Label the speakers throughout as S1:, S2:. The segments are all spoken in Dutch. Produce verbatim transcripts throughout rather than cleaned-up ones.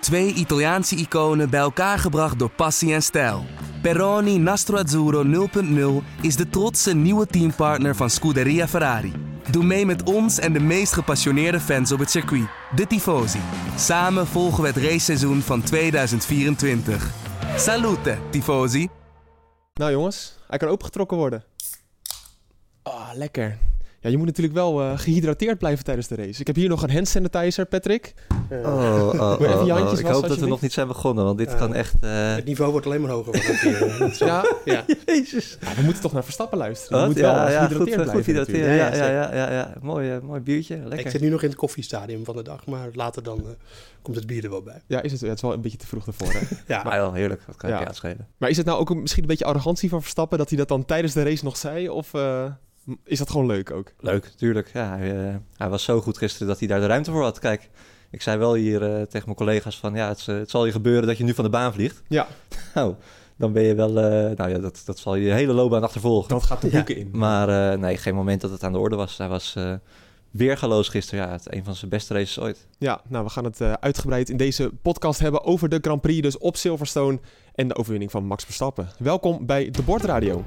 S1: Twee Italiaanse iconen bij elkaar gebracht door passie en stijl. Peroni Nastro Azzurro nul punt nul is de trotse nieuwe teampartner van Scuderia Ferrari. Doe mee met ons en de meest gepassioneerde fans op het circuit, de Tifosi. Samen volgen we het raceseizoen van tweeduizend vierentwintig. Salute, Tifosi!
S2: Nou jongens, hij kan opengetrokken worden. Ah, oh, lekker. Ja, je moet natuurlijk wel uh, gehydrateerd blijven tijdens de race. Ik heb hier nog een hand sanitizer, Patrick.
S3: Uh, oh, oh, oh,
S2: even je
S3: oh,
S2: handjes
S3: ik
S2: wassen,
S3: hoop dat we nog niet zijn begonnen, want dit uh, kan echt... Uh...
S4: Het niveau wordt alleen maar hoger. Hier,
S2: ja,
S4: ja.
S2: Jezus. Ja, we moeten toch naar Verstappen luisteren. We
S3: Wat?
S2: moeten
S3: ja,
S2: wel
S3: ja,
S2: gehydrateerd
S3: goed,
S2: blijven.
S3: Goed ja, ja, ja, ja, ja, ja. Mooi, uh, mooi biertje, lekker.
S4: Ik zit nu nog in het koffiestadium van de dag, maar later dan uh, komt het bier er wel bij.
S2: Ja, is het, het is wel een beetje te vroeg ervoor. Hè?
S4: ja.
S3: Maar wel heerlijk, dat kan
S2: ja.
S3: ik je aanschelen.
S2: Maar is het nou ook een, misschien een beetje arrogantie van Verstappen dat hij dat dan tijdens de race nog zei? Of... Uh... Is dat gewoon leuk ook?
S3: Leuk, tuurlijk. Ja, hij, uh, hij was zo goed gisteren dat hij daar de ruimte voor had. Kijk, ik zei wel hier uh, tegen mijn collega's van... ja, het, uh, het zal je gebeuren dat je nu van de baan vliegt.
S2: Ja.
S3: Nou, dan ben je wel... Uh, nou ja, dat, dat zal je hele loopbaan achtervolgen.
S2: Dat gaat de boeken
S3: ja.
S2: in.
S3: Maar uh, nee, geen moment dat het aan de orde was. Hij was uh, weergaloos gisteren. Ja, het een van zijn beste races ooit.
S2: Ja, nou, we gaan het uh, uitgebreid in deze podcast hebben over de Grand Prix. Dus op Silverstone en de overwinning van Max Verstappen. Welkom bij De Bordradio.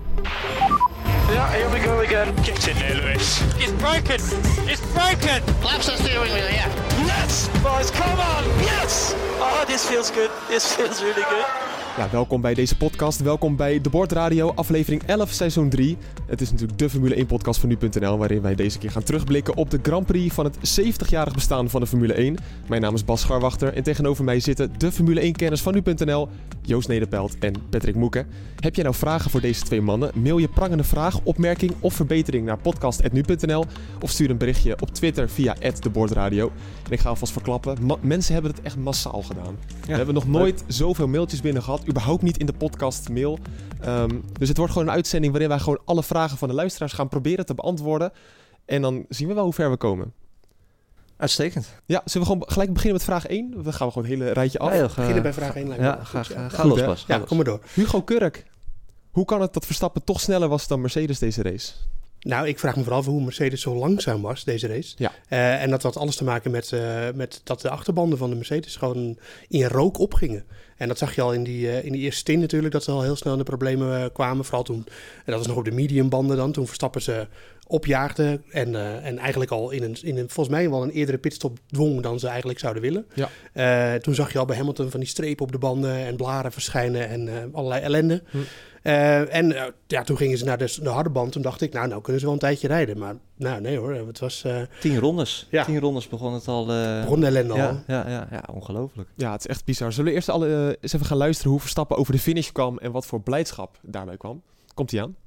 S5: Yeah, here we go again. Get in there, Lewis.
S6: It's broken. It's broken.
S7: Collapse the steering wheel, yeah.
S5: Yes, boys, come on. Yes. Oh, this feels good. This feels really good.
S2: Ja, welkom bij deze podcast. Welkom bij De Bordradio, aflevering elf, seizoen drie. Het is natuurlijk de Formule één podcast van nu punt n l... waarin wij deze keer gaan terugblikken op de Grand Prix van het zeventigjarig bestaan van de Formule één. Mijn naam is Bas Scharwachter en tegenover mij zitten de Formule één-kenners van nu punt n l... Joost Nederpelt en Patrick Moeke. Heb jij nou vragen voor deze twee mannen? Mail je prangende vraag, opmerking of verbetering naar podcast punt nu punt n l... of stuur een berichtje op Twitter via at de bordradio. En ik ga alvast verklappen, ma- mensen hebben het echt massaal gedaan. Ja, we hebben nog nooit zoveel mailtjes binnen gehad. Überhaupt niet in de podcast mail. Um, dus het wordt gewoon een uitzending waarin wij gewoon alle vragen van de luisteraars gaan proberen te beantwoorden. En dan zien we wel hoe ver we komen.
S3: Uitstekend.
S2: Ja, zullen we gewoon gelijk beginnen met vraag één? Dan gaan we gewoon het hele rijtje af.
S3: Ja,
S4: We beginnen bij vraag één.
S3: Ja, ga, ga, ga
S2: Goed,
S3: los,
S2: hè?
S3: Bas.
S4: Ja, kom maar door.
S2: Hugo Kurk. Hoe kan het dat Verstappen toch sneller was dan Mercedes deze race?
S4: Nou, ik vraag me vooral af hoe Mercedes zo langzaam was, deze race.
S2: Ja.
S4: Uh, en dat had alles te maken met, uh, met dat de achterbanden van de Mercedes gewoon in rook opgingen. En dat zag je al in die, uh, in die eerste stint natuurlijk, dat ze al heel snel in de problemen uh, kwamen. Vooral toen, en dat was nog op de mediumbanden dan, toen Verstappen ze opjaagden. En, uh, en eigenlijk al in een, in een, volgens mij wel een eerdere pitstop dwong dan ze eigenlijk zouden willen.
S2: Ja.
S4: Uh, toen zag je al bij Hamilton van die strepen op de banden en blaren verschijnen en uh, allerlei ellende.
S2: Hm.
S4: Uh, en uh, ja, toen gingen ze naar de, de harde band. Toen dacht ik, nou, nou kunnen ze wel een tijdje rijden. Maar nou, nee hoor, het was... Uh,
S3: Tien rondes.
S4: Ja.
S3: Tien rondes begon het al... Uh...
S4: begon de ellende
S3: ja,
S4: al.
S3: Ja, ja, ja, ongelooflijk.
S2: Ja, het is echt bizar. Zullen we eerst alle, uh, eens even gaan luisteren hoe Verstappen over de finish kwam en wat voor blijdschap daarbij kwam? Komt-ie aan?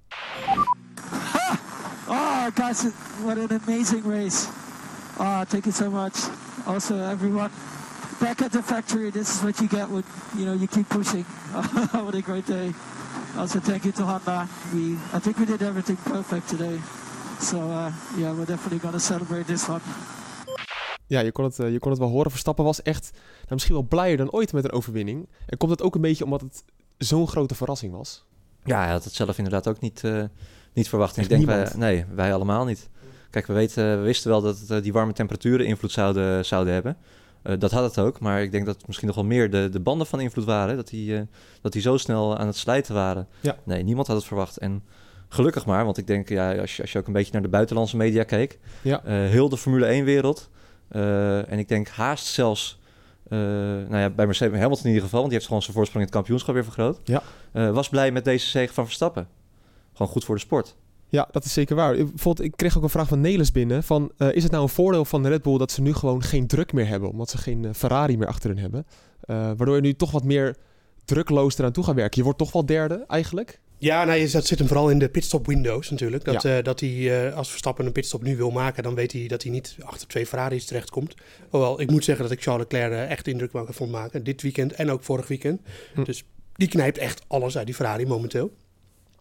S8: Oh, guys, what an amazing race. Oh, thank you so much. Also, everyone back at the factory, this is what you get when, you know, you keep pushing. What a great day. Also, thank you to Honda. We, I think we did everything perfect today. So, uh, yeah, we're definitely going to celebrate this one.
S2: Ja, je kon, het, uh, je kon het wel horen. Verstappen was echt nou, misschien wel blijer dan ooit met een overwinning. En komt het ook een beetje omdat het zo'n grote verrassing was?
S3: Ja, hij had het zelf inderdaad ook niet, uh, niet verwacht. En
S2: Echt
S3: ik denk, wij,
S2: niemand?
S3: nee, wij allemaal niet. Kijk, we, weten, we wisten wel dat uh, die warme temperaturen invloed zouden, zouden hebben. Uh, dat had het ook, maar ik denk dat het misschien nog wel meer de, de banden van invloed waren. Dat die, uh, dat die zo snel aan het slijten waren.
S2: Ja.
S3: Nee, niemand had het verwacht. En gelukkig maar, want ik denk, ja, als, je, als je ook een beetje naar de buitenlandse media keek.
S2: Ja.
S3: Uh, heel de Formule één-wereld. Uh, en ik denk haast zelfs, uh, nou ja, bij Mercedes Hamilton in ieder geval, want die heeft gewoon zijn voorsprong in het kampioenschap weer vergroot.
S2: Ja.
S3: Uh, was blij met deze zege van Verstappen. Gewoon goed voor de sport.
S2: Ja, dat is zeker waar. Bijvoorbeeld, ik kreeg ook een vraag van Nelis binnen. Van, uh, is het nou een voordeel van Red Bull dat ze nu gewoon geen druk meer hebben? Omdat ze geen uh, Ferrari meer achter hun hebben. Uh, waardoor je nu toch wat meer drukloos eraan toe gaat werken. Je wordt toch wel derde eigenlijk?
S4: Ja, nou, dat zit hem vooral in de pitstop windows natuurlijk. Dat,
S2: Ja.
S4: uh, dat hij, uh, als Verstappen een pitstop nu wil maken, dan weet hij dat hij niet achter twee Ferraris terechtkomt. Hoewel, ik moet zeggen dat ik Charles Leclerc uh, echt indruk vond maken. Dit weekend en ook vorig weekend.
S2: Hm.
S4: Dus die knijpt echt alles uit die Ferrari momenteel.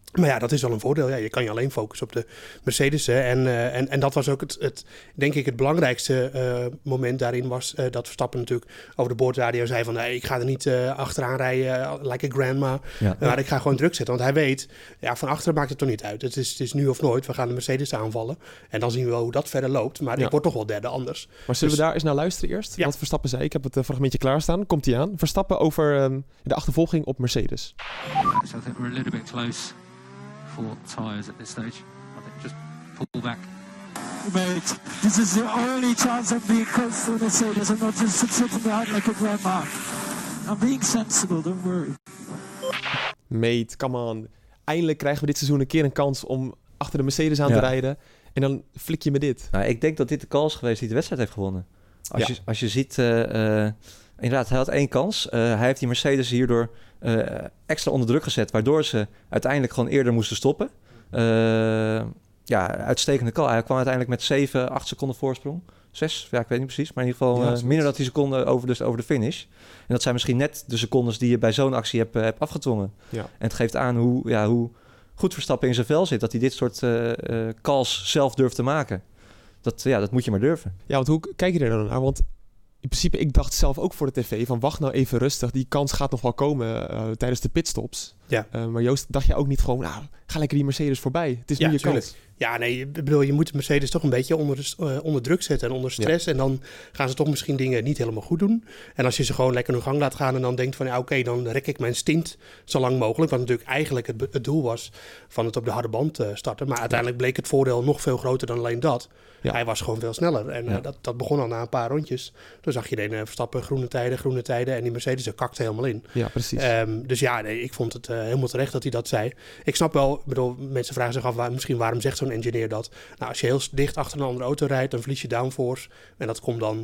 S4: Maar ja, dat is wel een voordeel. Ja, je kan je alleen focussen op de Mercedes. Hè. En, uh, en, en dat was ook het, het denk ik, het belangrijkste uh, moment daarin was uh, dat Verstappen natuurlijk over de boordradio zei van nee, ik ga er niet uh, achteraan rijden uh, like a grandma. Ja. Uh, maar ik ga gewoon druk zetten. Want hij weet, ja, van achteren maakt het toch niet uit. Het is, het is nu of nooit. We gaan de Mercedes aanvallen. En dan zien we wel hoe dat verder loopt. Maar ja. ik word toch wel derde anders.
S2: Maar zullen dus, we daar eens naar luisteren eerst? Ja. Wat Verstappen zei. Ik heb het uh, fragmentje klaarstaan. Komt hij aan. Verstappen over um, de achtervolging op Mercedes.
S8: So I think we're a little bit close. Tires at this stage. I think just pull back. Mate, this is the only chance I'm being close to Mercedes. I'm not just sitting behind like a grandma. I'm being sensible, don't worry.
S2: Mate, come on. Eindelijk krijgen we dit seizoen een keer een kans om achter de Mercedes aan ja. te rijden. En dan flik je me dit.
S3: Nou, ik denk dat dit de kans is geweest die de wedstrijd heeft gewonnen. Als, ja. je, als je ziet... Uh, uh, inderdaad, hij had één kans. Uh, hij heeft die Mercedes hierdoor uh, extra onder druk gezet, waardoor ze uiteindelijk gewoon eerder moesten stoppen. Uh, ja, uitstekende call. Hij kwam uiteindelijk met zeven, acht seconden voorsprong. Zes, ja, ik weet niet precies. Maar in ieder geval ja, uh, minder dan die seconden over de, over de finish. En dat zijn misschien net de secondes die je bij zo'n actie hebt, uh, hebt afgedwongen. Ja. En het geeft aan hoe, ja, hoe goed Verstappen in zijn vel zit. Dat hij dit soort uh, uh, calls zelf durft te maken. Dat, ja, dat moet je maar durven.
S2: Ja, want hoe kijk je er dan naar? Want in principe, ik dacht zelf ook voor de tv van wacht nou even rustig. Die kans gaat nog wel komen uh, tijdens de pitstops. Ja. Uh, maar Joost, dacht je ook niet gewoon, nou, ga lekker die Mercedes voorbij. Het is ja, nu je tuurlijk. kans.
S4: Ja, nee, ik bedoel, je moet de Mercedes toch een beetje onder, uh, onder druk zetten en onder stress. Ja. En dan gaan ze toch misschien dingen niet helemaal goed doen. En als je ze gewoon lekker hun gang laat gaan en dan denkt van, ja, oké, okay, dan rek ik mijn stint zo lang mogelijk. Wat natuurlijk eigenlijk het, het doel was van het op de harde band uh, starten. Maar uiteindelijk bleek het voordeel nog veel groter dan alleen dat. Ja. Hij was gewoon veel sneller. En uh, ja. dat, dat begon al na een paar rondjes. Toen zag je de ene Verstappen groene tijden, groene tijden. En die Mercedes er kakte helemaal in.
S2: Ja, precies.
S4: Um, dus ja, nee, ik vond het uh, helemaal terecht dat hij dat zei. Ik snap wel, ik bedoel, mensen vragen zich af, waar, misschien waarom zegt zo'n engineer dat? Nou, als je heel dicht achter een andere auto rijdt, dan verlies je downforce. En dat komt dan,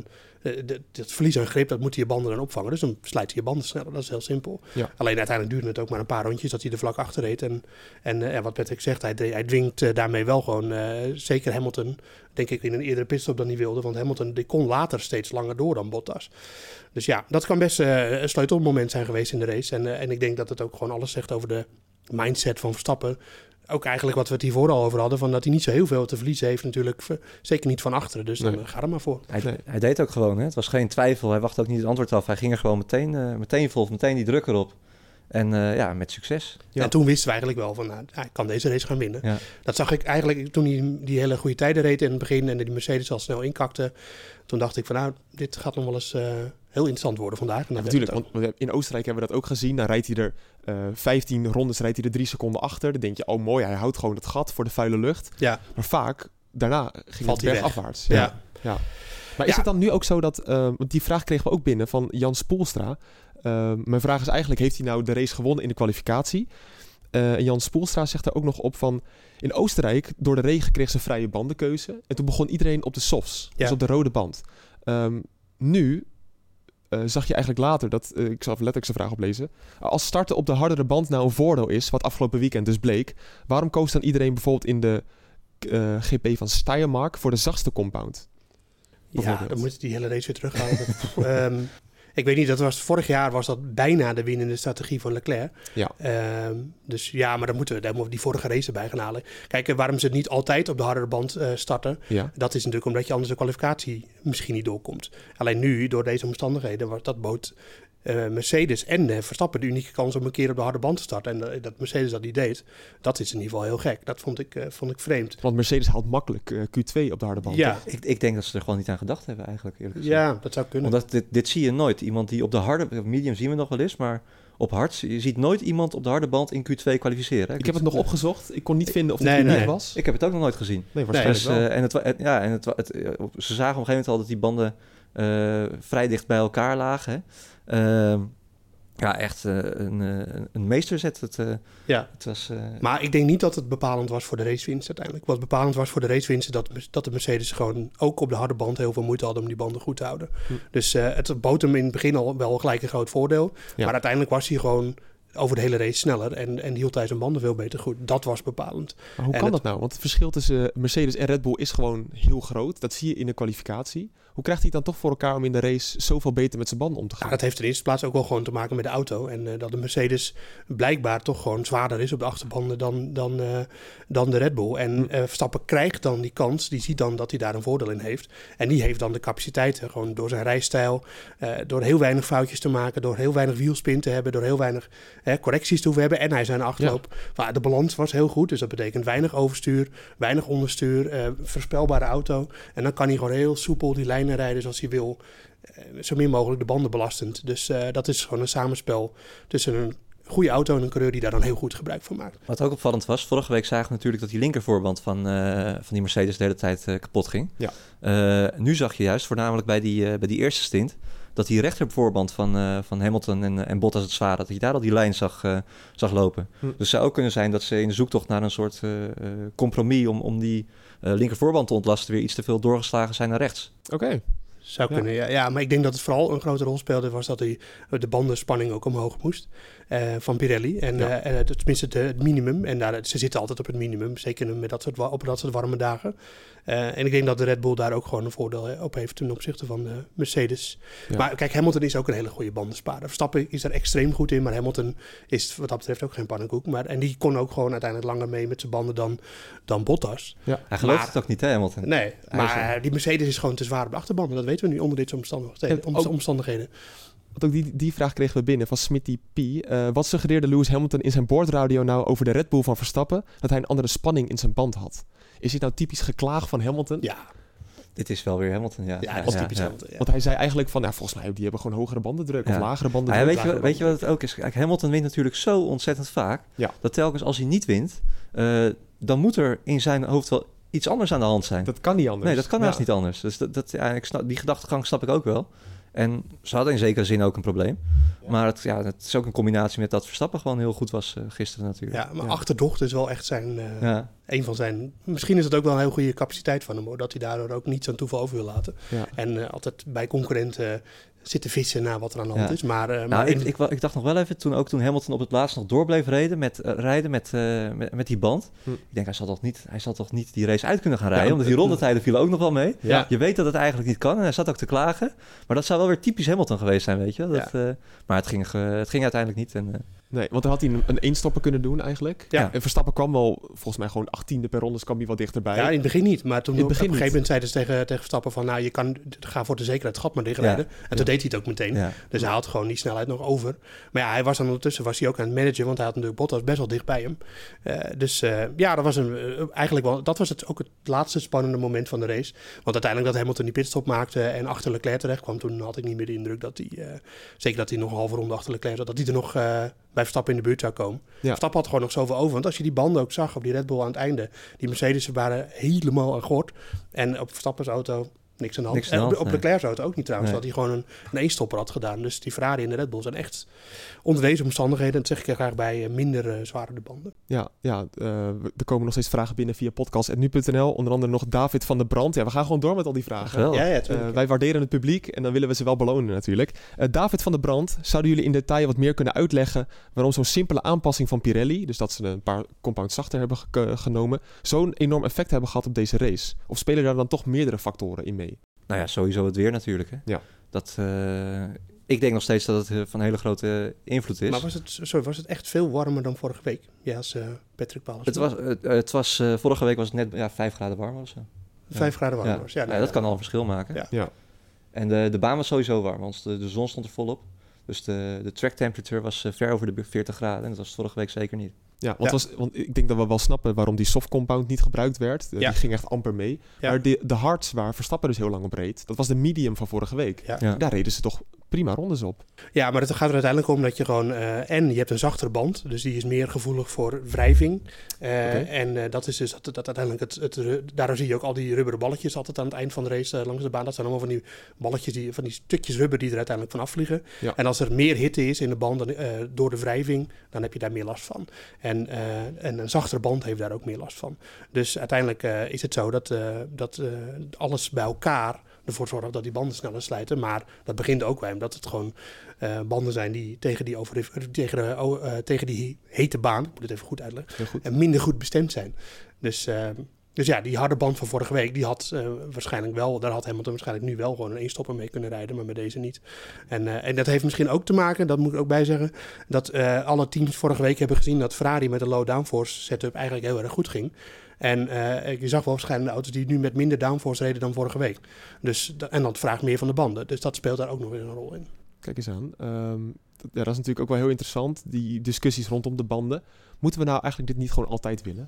S4: het verlies aan grip, dat moeten je banden dan opvangen. Dus dan slijt je je banden sneller, dat is heel simpel. Ja. Alleen uiteindelijk duurde het ook maar een paar rondjes dat hij er vlak achter reed. En, en uh, ja, wat Patrick zegt, hij, hij dwingt uh, daarmee wel gewoon, uh, zeker Hamilton, denk ik in een eerdere pitstop dan hij wilde. Want Hamilton die kon later steeds langer door dan Bottas. Dus ja, dat kan best uh, een sleutelmoment zijn geweest in de race. En, uh, en ik denk dat het ook gewoon alles zegt over de mindset van Verstappen. Ook eigenlijk wat we het hiervoor al over hadden, van dat hij niet zo heel veel te verliezen heeft natuurlijk. Zeker niet van achteren, dus nee. dan uh, ga er maar voor.
S3: Hij, nee. hij deed ook gewoon, hè? Het was geen twijfel. Hij wachtte ook niet het antwoord af. Hij ging er gewoon meteen, uh, meteen vol, meteen die druk erop. En uh, ja, met succes.
S4: Ja. En toen wisten we eigenlijk wel van, nou, hij kan deze race gaan winnen. Ja. Dat zag ik eigenlijk toen hij die hele goede tijden reed in het begin en die Mercedes al snel inkakte. Toen dacht ik van, nou, dit gaat nog wel eens uh, heel interessant worden vandaag.
S2: Ja, natuurlijk, want in Oostenrijk hebben we dat ook gezien. Dan rijdt hij er uh, vijftien rondes, rijdt hij er drie seconden achter. Dan denk je, oh mooi, hij houdt gewoon het gat voor de vuile lucht. Ja. Maar vaak, daarna ging Valt het bergafwaarts. Ja. Ja. Ja. Maar is ja. het dan nu ook zo dat, uh, want die vraag kregen we ook binnen van Jan Spoelstra. Uh, mijn vraag is eigenlijk, heeft hij nou de race gewonnen in de kwalificatie? Uh, en Jan Spoelstra zegt er ook nog op van, in Oostenrijk, door de regen kreeg ze vrije bandenkeuze. En toen begon iedereen op de softs, ja. dus op de rode band. Um, nu uh, zag je eigenlijk later, dat uh, ik zal even letterlijk zijn vraag oplezen. Uh, als starten op de hardere band nou een voordeel is, wat afgelopen weekend dus bleek, waarom koos dan iedereen bijvoorbeeld in de uh, G P van Steiermark voor de zachtste compound?
S4: Ja, dan moet je die hele race weer terughalen. um, Ik weet niet, dat was, vorig jaar was dat bijna de winnende strategie van Leclerc. Ja. Uh, dus ja, maar dan moeten we, daar moeten we die vorige race erbij gaan halen. Kijk, waarom ze het niet altijd op de hardere band uh, starten, ja. dat is natuurlijk omdat je anders de kwalificatie misschien niet doorkomt. Alleen nu, door deze omstandigheden, was dat bood uh, Mercedes en uh, Verstappen de unieke kans om een keer op de harde band te starten. En uh, dat Mercedes dat niet deed, dat is in ieder geval heel gek. Dat vond ik, uh, vond ik vreemd.
S2: Want Mercedes haalt makkelijk uh, Q twee op de harde band.
S3: Ja, ik, ik denk dat ze er gewoon niet aan gedacht hebben eigenlijk, eerlijk gezegd.
S4: Ja, dat zou kunnen.
S3: Want dit, dit zie je nooit. Iemand die op de harde, medium zien we nog wel eens, maar op hard, je ziet nooit iemand op de harde band in Q twee kwalificeren.
S2: Ik, ik heb het nog uh, opgezocht. Ik kon niet vinden of het
S4: nee,
S2: nee,
S4: nee.
S2: was.
S3: Ik heb het ook nog nooit gezien.
S2: Nee, waarschijnlijk
S3: dus,
S2: wel.
S3: Uh, en het, het, ja, en het, het, het, ze zagen op een gegeven moment al dat die banden uh, vrij dicht bij elkaar lagen. Hè. Uh, Ja, echt uh, een, uh, een meesterzet. Het, uh, ja. het was, uh,
S4: maar ik denk niet dat het bepalend was voor de racewinst uiteindelijk. Wat bepalend was voor de racewinst, dat, dat de Mercedes gewoon ook op de harde band heel veel moeite hadden om die banden goed te houden. Hm. Dus uh, het bood hem in het begin al wel gelijk een groot voordeel. Ja. Maar uiteindelijk was hij gewoon over de hele race sneller en, en hield hij zijn banden veel beter goed. Dat was bepalend.
S2: Maar hoe
S4: en
S2: kan
S4: het,
S2: dat nou? Want het verschil tussen Mercedes en Red Bull is gewoon heel groot. Dat zie je in de kwalificatie. Hoe krijgt hij het dan toch voor elkaar om in de race zoveel beter met zijn banden om te gaan?
S4: Ja, dat heeft in eerste plaats ook wel gewoon te maken met de auto. En uh, dat de Mercedes blijkbaar toch gewoon zwaarder is op de achterbanden dan, dan, uh, dan de Red Bull. En uh, Verstappen krijgt dan die kans, die ziet dan dat hij daar een voordeel in heeft. En die heeft dan de capaciteiten, gewoon door zijn rijstijl, uh, door heel weinig foutjes te maken, door heel weinig wielspin te hebben, door heel weinig hè, correcties te hoeven hebben. En hij zijn achterloop. Ja. Maar de balans was heel goed, dus dat betekent weinig overstuur, weinig onderstuur, uh, voorspelbare auto. En dan kan hij gewoon heel soepel die lijnen rijden zoals hij wil. Uh, zo min mogelijk de banden belastend. Dus uh, dat is gewoon een samenspel tussen een goede auto en een coureur die daar dan heel goed gebruik van maakt.
S3: Wat ook opvallend was, vorige week zagen we natuurlijk dat die linkervoorband van, uh, van die Mercedes de hele tijd uh, kapot ging.
S2: Ja.
S3: Uh, nu zag je juist, voornamelijk bij die, uh, bij die eerste stint, dat die rechtervoorband van, uh, van Hamilton en, en Bottas het zware, dat je daar al die lijn zag, uh, zag lopen. Hm. Dus het zou ook kunnen zijn dat ze in de zoektocht naar een soort uh, uh, compromis om, om die uh, linkervoorband te ontlasten weer iets te veel doorgeslagen zijn naar rechts.
S2: Oké. Okay.
S4: Zou
S2: ja.
S4: kunnen, ja. ja. Maar ik denk dat het vooral een grote rol speelde, was dat die, de bandenspanning ook omhoog moest uh, van Pirelli. En ja. uh, tenminste de, het minimum. En daar, ze zitten altijd op het minimum, zeker met dat soort, op dat soort warme dagen. Uh, en ik denk dat de Red Bull daar ook gewoon een voordeel op heeft ten opzichte van de Mercedes. Ja. Maar kijk, Hamilton is ook een hele goede bandensparer. Verstappen is er extreem goed in, maar Hamilton is wat dat betreft ook geen pannenkoek. Maar, en die kon ook gewoon uiteindelijk langer mee met zijn banden dan, dan Bottas.
S3: Ja. Hij gelooft maar, het ook niet, hè, Hamilton?
S4: Nee, hij maar is, die Mercedes is gewoon te zwaar op de achterbanden. Dat weten we nu onder dit soort omstandigheden.
S2: En ook,
S4: omstandigheden.
S2: Want ook die, die vraag kregen we binnen van Smitty P. Uh, wat suggereerde Lewis Hamilton in zijn boordradio nou over de Red Bull van Verstappen? Dat hij een andere spanning in zijn band had. Is dit nou typisch geklaag van Hamilton?
S4: Ja.
S3: Dit is wel weer Hamilton, ja.
S4: Ja, dat is
S3: ja,
S4: typisch
S3: ja.
S4: Hamilton. Ja.
S2: Want hij zei eigenlijk van, nou, volgens mij die hebben gewoon hogere bandendruk ja. of lagere bandendruk.
S3: Ja, weet, je, weet je wat het ook is? Kijk, Hamilton wint natuurlijk zo ontzettend vaak,
S2: ja.
S3: dat telkens als hij niet wint, uh, dan moet er in zijn hoofd wel iets anders aan de hand zijn.
S2: Dat kan niet anders.
S3: Nee, dat kan
S2: ja.
S3: haast niet anders. Dus dat, dat, ja, ik snap, die gedachtegang snap ik ook wel. En ze hadden in zekere zin ook een probleem. Ja. Maar het, ja, het is ook een combinatie met dat Verstappen gewoon heel goed was uh, gisteren natuurlijk.
S4: Ja, maar
S2: ja.
S4: achterdocht is wel echt zijn... Uh,
S3: ja.
S4: Een van zijn... Misschien is het ook wel een heel goede capaciteit van hem, hoor. Dat hij daardoor ook niet zo'n toeval over wil laten.
S2: Ja.
S4: En uh, altijd bij concurrenten zitten vissen naar wat er aan de hand
S3: ja.
S4: is. Maar, uh,
S3: nou,
S4: maar
S3: ik,
S4: in...
S3: ik, ik dacht nog wel even, toen, ook toen Hamilton op het laatst nog door bleef rijden met, uh, rijden met, uh, met, met die band. Hm. Ik denk, hij zal, toch niet, hij zal toch niet die race uit kunnen gaan rijden? Ja, omdat die rondetijden vielen ook nog wel mee.
S2: Ja.
S3: Je weet dat het eigenlijk niet kan en hij zat ook te klagen. Maar dat zou wel weer typisch Hamilton geweest zijn, weet je. Dat, ja. uh, maar het ging, uh, het ging uiteindelijk niet. En, uh,
S2: nee, want dan had hij een, een eenstopper kunnen doen eigenlijk.
S4: Ja.
S2: En Verstappen kwam wel, volgens mij gewoon achttiende per ronde, kwam hij wat dichterbij.
S4: Ja, in het begin niet. Maar toen
S2: in
S4: op,
S2: het begin
S4: op een gegeven
S2: niet.
S4: moment zeiden ze tegen, tegen Verstappen van... nou, je kan, ga voor de zekerheid het gat maar dichtrijden. Ja. En toen ja. deed hij het ook meteen.
S3: Ja.
S4: Dus hij had gewoon die snelheid nog over. Maar ja, hij was dan ondertussen was hij ook aan het managen... want hij had natuurlijk Bottas best wel dicht bij hem. Uh, dus uh, ja, dat was, een, uh, eigenlijk wel, dat was het, ook het laatste spannende moment van de race. Want uiteindelijk dat Hamilton die pitstop maakte... en achter Leclerc terecht kwam... toen had ik niet meer de indruk dat hij... Uh, zeker dat hij nog een halve ronde achter Leclerc zat... dat hij er nog... Uh, bij Verstappen in de buurt zou komen. Ja. Verstappen had gewoon nog zoveel over. Want als je die banden ook zag op die Red Bull aan het einde... die Mercedes waren helemaal aan gort. En op Verstappens auto niks aan de hand.
S3: Niks aan de hand
S4: en op, op
S3: nee.
S4: Leclerc's auto ook niet trouwens. Nee. Dat hij gewoon een, een eenstopper had gedaan. Dus die Ferrari en de Red Bull zijn echt onder deze omstandigheden... en dat zeg ik er graag bij, minder uh, zware de banden.
S2: Ja, ja uh, er komen nog steeds vragen binnen via podcast punt nu punt n l. Onder andere nog David van der Brand. Ja, we gaan gewoon door met al die vragen.
S3: Ja,
S4: ja,
S2: uh, wij waarderen het publiek en dan willen we ze wel belonen natuurlijk. Uh, David van der Brand, zouden jullie in detail wat meer kunnen uitleggen... waarom zo'n simpele aanpassing van Pirelli... dus dat ze een paar compounds zachter hebben ge- genomen... zo'n enorm effect hebben gehad op deze race? Of spelen daar dan toch meerdere factoren in mee?
S3: Nou ja, sowieso het weer natuurlijk. Hè?
S2: Ja.
S3: Dat, uh, ik denk nog steeds dat het van hele grote invloed is.
S4: Maar was het, sorry, was het echt veel warmer dan vorige week? Ja, als uh, Patrick Paulus.
S3: Het was, uh, het was uh, vorige week was het net ja, vijf graden warmer of zo.
S4: Vijf ja. graden warmer
S3: ja.
S4: was, ja. Nee,
S3: ja dat
S4: ja.
S3: kan al een verschil maken.
S4: Ja.
S2: Ja.
S3: En de, de baan was sowieso warm, want de, de zon stond er volop. Dus de, de track temperature was uh, ver over de veertig graden. En dat was vorige week zeker niet.
S2: Ja, want,
S4: ja.
S2: Was, want ik denk dat we wel snappen waarom die soft compound niet gebruikt werd. Uh, ja. Die ging echt amper mee. Ja. Maar de, de hards waar Verstappen dus heel lang op reed, dat was de medium van vorige week.
S4: Ja.
S3: Ja.
S2: Daar reden ze toch prima rondes op.
S4: Ja, maar het gaat er uiteindelijk om dat je gewoon... Uh, en je hebt een zachtere band, dus die is meer gevoelig voor wrijving. Uh, okay. En uh, dat is dus dat, dat uiteindelijk... Het, het, daarom zie je ook al die rubberen balletjes altijd aan het eind van de race uh, langs de baan. Dat zijn allemaal van die balletjes, die, van die stukjes rubber die er uiteindelijk van afvliegen. Ja. En als er meer hitte is in de band uh, door de wrijving, dan heb je daar meer last van. En, uh, en een zachtere band heeft daar ook meer last van. Dus uiteindelijk uh, is het zo dat, uh, dat uh, alles bij elkaar ervoor zorgt dat die banden sneller slijten. Maar dat begint ook bij omdat het gewoon uh, banden zijn die tegen die, over, tegen, de, uh, tegen die hete baan, ik moet het even goed uitleggen, goed. Uh, minder goed bestemd zijn. Dus uh, Dus ja, die harde band van vorige week, die had uh, waarschijnlijk wel, daar had Hamilton waarschijnlijk nu wel gewoon een eenstopper mee kunnen rijden, maar met deze niet. En, uh, en dat heeft misschien ook te maken, dat moet ik ook bij zeggen, dat uh, alle teams vorige week hebben gezien dat Ferrari met de low downforce setup eigenlijk heel erg goed ging. En uh, je zag wel verschillende auto's die nu met minder downforce reden dan vorige week. Dus, en dat vraagt meer van de banden. Dus dat speelt daar ook nog weer een rol in.
S2: Kijk eens aan. Um, ja, dat is natuurlijk ook wel heel interessant, die discussies rondom de banden. Moeten we nou eigenlijk dit niet gewoon altijd willen?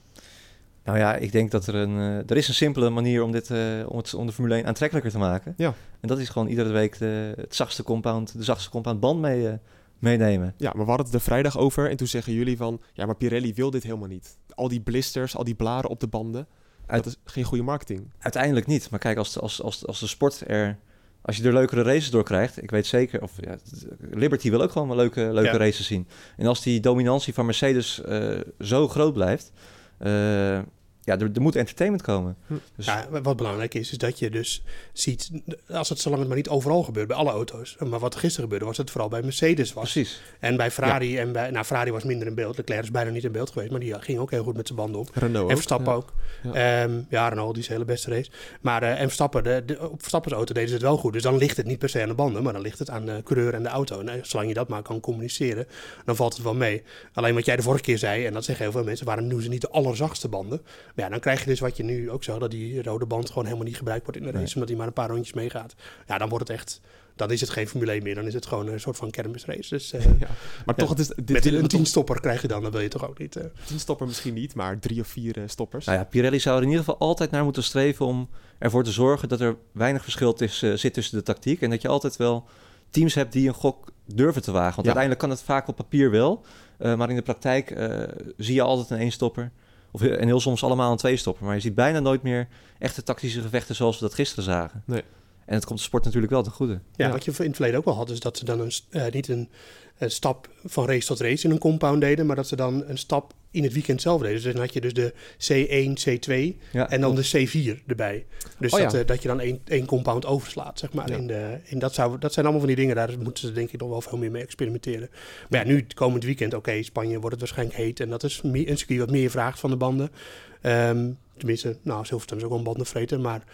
S3: Nou ja, ik denk dat er een... Uh, er is een simpele manier om, dit, uh, om, het, om de Formule één aantrekkelijker te maken.
S2: Ja.
S3: En dat is gewoon iedere week de, het zachtste compound, de zachtste compound band mee, uh, meenemen.
S2: Ja, maar we hadden het er vrijdag over en toen zeggen jullie van... Ja, maar Pirelli wil dit helemaal niet. Al die blisters, al die blaren op de banden. Uit, dat is geen goede marketing.
S3: Uiteindelijk niet. Maar kijk, als de, als, als, als de sport er... Als je er leukere races door krijgt, ik weet zeker... Of, ja, Liberty wil ook gewoon wel leuke, leuke ja. races zien. En als die dominantie van Mercedes uh, zo groot blijft... Uh, ja, er, er moet entertainment komen.
S4: Hm. Dus... Ja, wat belangrijk is, is dat je dus ziet... Als het zolang het maar niet overal gebeurt, bij alle auto's. Maar wat gisteren gebeurde, was het vooral bij Mercedes was.
S3: Precies.
S4: En bij Ferrari, ja. en bij, nou, Ferrari was minder in beeld. Leclerc is bijna niet in beeld geweest, maar die ging ook heel goed met zijn banden op.
S2: Renault
S4: en Verstappen
S2: ook.
S4: ook.
S2: Ja,
S4: um, ja Renault, die is de hele beste race. Maar uh, en Verstappen, de, de, op Verstappens auto deden ze het wel goed. Dus dan ligt het niet per se aan de banden, maar dan ligt het aan de coureur en de auto. En uh, zolang je dat maar kan communiceren, dan valt het wel mee. Alleen wat jij de vorige keer zei, en dat zeggen heel veel mensen, waarom doen ze niet de allerzachtste banden? Maar ja, dan krijg je dus wat je nu ook zag, dat die rode band gewoon helemaal niet gebruikt wordt in de race, nee. omdat hij maar een paar rondjes meegaat. Ja, dan wordt het echt, dan is het geen Formule één meer, dan is het gewoon een soort van kermisrace. Dus, uh, ja.
S2: Maar toch, het is, dit
S4: met een tienstopper krijg je dan, dat wil je toch ook niet. Uh.
S2: Tienstopper misschien niet, maar drie of vier uh, stoppers.
S3: Nou ja, Pirelli zou er in ieder geval altijd naar moeten streven om ervoor te zorgen dat er weinig verschil tis, uh, zit tussen de tactiek en dat je altijd wel teams hebt die een gok durven te wagen. Want ja. uiteindelijk kan het vaak op papier wel, uh, maar in de praktijk uh, zie je altijd een eenstopper. Of, en heel soms allemaal een tweestopper. Maar je ziet bijna nooit meer echte tactische gevechten zoals we dat gisteren zagen.
S2: Nee.
S3: En het komt de sport natuurlijk wel ten goede.
S4: Ja, ja. Wat je in het verleden ook wel had, is dat ze dan een, uh, niet een, een stap van race tot race in een compound deden, maar dat ze dan een stap in het weekend zelf deden. Dus dan had je dus de C één, C twee ja, en dan klopt. de C vier erbij. Dus oh, dat, ja. uh, dat je dan één, één compound overslaat, zeg maar. Ja. In de, in dat, zou, dat zijn allemaal van die dingen, daar moeten ze denk ik nog wel veel meer mee experimenteren. Maar ja, nu het komend weekend, oké, okay, Spanje wordt het waarschijnlijk heet en dat is meer, een circuit wat meer vraagt van de banden. Um, Tenminste, nou, Silverstone is ook wel een bandenvreter, maar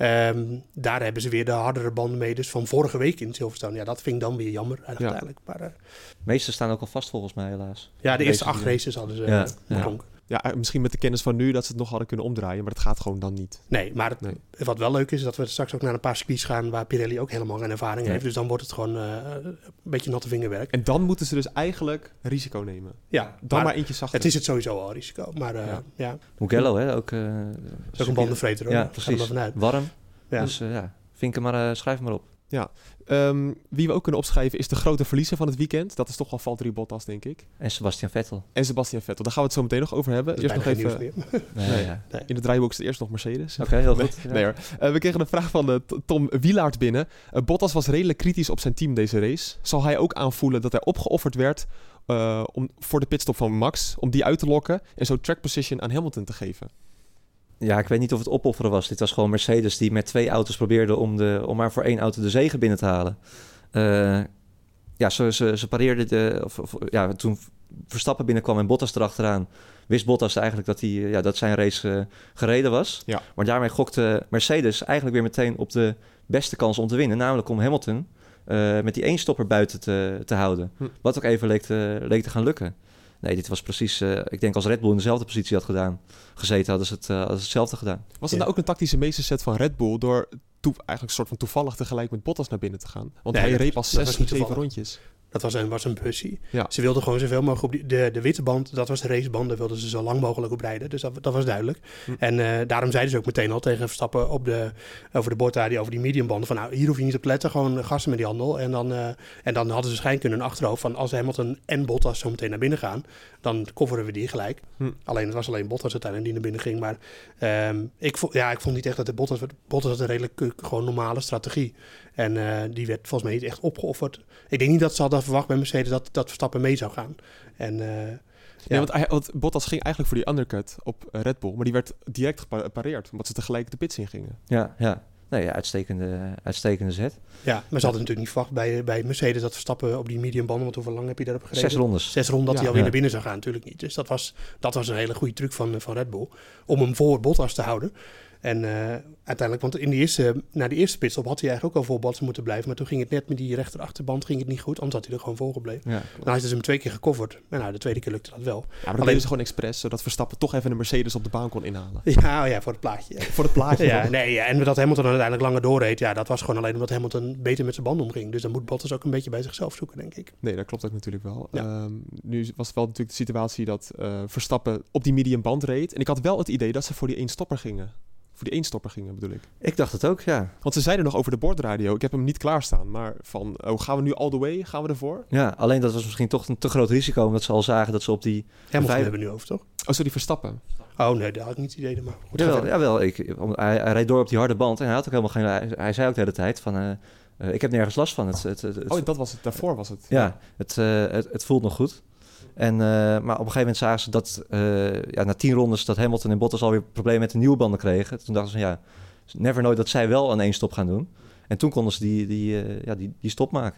S4: um, daar hebben ze weer de hardere banden mee. Dus van vorige week in Silverstone. Ja, dat vind ik dan weer jammer uiteindelijk. Ja. Maar, uh,
S3: de meeste staan ook al vast volgens mij, helaas.
S4: Ja, de, de eerste acht races hadden ze
S3: ja,
S4: gedronken.
S2: Ja. Ja, misschien met de kennis van nu dat ze het nog hadden kunnen omdraaien, maar dat gaat gewoon dan niet.
S4: Nee, maar het, nee. wat wel leuk is, is dat we straks ook naar een paar circuits gaan waar Pirelli ook helemaal geen ervaring ja. heeft. Dus dan wordt het gewoon uh, een beetje natte vingerwerk.
S2: En dan moeten ze dus eigenlijk risico nemen.
S4: Ja.
S2: Dan maar, maar eentje zachter.
S4: Het is het sowieso al risico, maar uh, ja. ja.
S3: Mugello, hè, ook... Uh,
S4: ook een bandenvreter, hoor.
S3: Ja, precies. Warm. Ja. Dus uh, ja, vink hem maar, uh, schrijf hem maar op.
S2: Ja, um, wie we ook kunnen opschrijven is de grote verliezer van het weekend. Dat is toch wel Valtteri Bottas, denk ik.
S3: En Sebastian Vettel.
S2: En Sebastian Vettel, daar gaan we het zo meteen nog over hebben. Eerst nog even.
S4: nee,
S2: nee, ja. nee. In het draaiboek is het eerst nog Mercedes.
S3: Oké, okay, heel goed.
S2: Nee, nee hoor. Uh, we kregen een vraag van uh, Tom Wielaert binnen. Uh, Bottas was redelijk kritisch op zijn team deze race. Zal hij ook aanvoelen dat hij opgeofferd werd uh, om, voor de pitstop van Max, om die uit te lokken en zo track position aan Hamilton te geven?
S3: Ja, ik weet niet of het opofferen was. Dit was gewoon Mercedes die met twee auto's probeerde om, de, om maar voor één auto de zege binnen te halen. Uh, ja, ze, ze, ze pareerden de... Of, of, ja, toen Verstappen binnenkwam en Bottas erachteraan, wist Bottas eigenlijk dat, hij, ja, dat zijn race uh, gereden was.
S2: Ja.
S3: Maar daarmee gokte Mercedes eigenlijk weer meteen op de beste kans om te winnen. Namelijk om Hamilton uh, met die eenstopper buiten te, te houden. Hm. Wat ook even leek te, leek te gaan lukken. Nee, dit was precies... Uh, ik denk als Red Bull in dezelfde positie had gedaan, gezeten, hadden ze het, uh, hadden ze hetzelfde gedaan.
S2: Was het ja. nou ook een tactische meesterzet van Red Bull door toe, eigenlijk een soort van toevallig tegelijk met Bottas naar binnen te gaan? Want nee, hij reed pas zes, zeven rondjes.
S4: Dat was een, was een bussie.
S2: Ja.
S4: Ze wilden gewoon zoveel mogelijk op die, de, de witte band, dat was de raceband, daar wilden ze zo lang mogelijk op rijden. Dus dat, dat was duidelijk. Hm. En uh, daarom zeiden ze ook meteen al tegen Verstappen op de, over de boordradio, over die mediumbanden, van nou, hier hoef je niet op te letten, gewoon gassen met die handel. En dan, uh, en dan hadden ze schijn kunnen een achterhoofd van als Hamilton en Bottas zo meteen naar binnen gaan, dan coveren we die gelijk. Hm. Alleen, het was alleen Bottas uiteindelijk die naar binnen ging. Maar um, ik, vo- ja, ik vond niet echt dat de Bottas, Bottas had een redelijk uh, gewoon normale strategie. En uh, die werd volgens mij niet echt opgeofferd. Ik denk niet dat ze hadden verwacht bij Mercedes dat, dat Verstappen mee zou gaan. En, uh,
S2: nee, ja. want, hij, want Bottas ging eigenlijk voor die undercut op uh, Red Bull. Maar die werd direct gepareerd, omdat ze tegelijk de pits in gingen.
S3: Ja, ja. nee, uitstekende, uitstekende zet.
S4: Ja, maar ze hadden natuurlijk niet verwacht bij, bij Mercedes dat Verstappen op die medium banden, want hoeveel lang heb je daarop gereden?
S3: Zes rondes.
S4: Zes ronden dat
S2: Ja.
S4: hij alweer
S3: Ja.
S4: naar binnen zou gaan, natuurlijk niet. Dus dat was, dat was een hele goede truc van, van Red Bull, om hem voor Bottas te houden. En uh, uiteindelijk, want in de eerste, na de eerste pitstop had hij eigenlijk ook al voor Bottas moeten blijven, maar toen ging het net met die rechterachterband ging het niet goed, anders had hij er gewoon voor gebleven.
S3: Ja.
S4: Nou is dus hem twee keer gecoverd. En nou, de tweede keer lukte dat wel.
S2: Ja, maar dat
S4: Alleen-
S2: deden ze gewoon expres, zodat Verstappen toch even een Mercedes op de baan kon inhalen.
S4: Ja, oh ja, voor het plaatje.
S2: Voor het plaatje.
S4: Ja,
S2: toch?
S4: nee, ja, en dat Hamilton uiteindelijk langer doorreed, ja, dat was gewoon alleen omdat Hamilton beter met zijn banden omging. Dus dan moet Bottas ook een beetje bij zichzelf zoeken, denk ik.
S2: Nee, dat klopt ook natuurlijk wel.
S4: Ja.
S2: Ehm, nu was het wel natuurlijk de situatie dat uh, Verstappen op die medium band reed. En ik had wel het idee dat ze voor die één stopper gingen. Voor die één stopper gingen, bedoel ik.
S3: Ik dacht het ook, ja.
S2: Want ze zeiden nog over de bordradio. Ik heb hem niet klaarstaan. Maar van, oh, gaan we nu all the way? Gaan we ervoor?
S3: Ja, alleen dat was misschien toch een te groot risico, omdat ze al zagen dat ze op die...
S4: Hamilton
S3: vijf-
S4: hebben we nu over, toch?
S2: Oh, sorry, Verstappen.
S4: Oh nee, daar had ik niet het idee. Maar goed, ga
S3: Jawel,
S4: verder.
S3: jawel ik, om- hij, hij reed door op die harde band en hij had ook helemaal geen... Hij, hij zei ook de hele tijd van, uh, uh, ik heb nergens last van. Het, het, het, het-
S2: Oh, dat was het. Daarvoor was het.
S3: ja, het, uh, het, het voelt nog goed. En, uh, maar op een gegeven moment zagen ze dat uh, ja, na tien rondes dat Hamilton en Bottas alweer problemen met de nieuwe banden kregen. Toen dachten ze, ja, never nooit dat zij wel een één stop gaan doen. En toen konden ze die, die, uh, ja, die, die stop maken.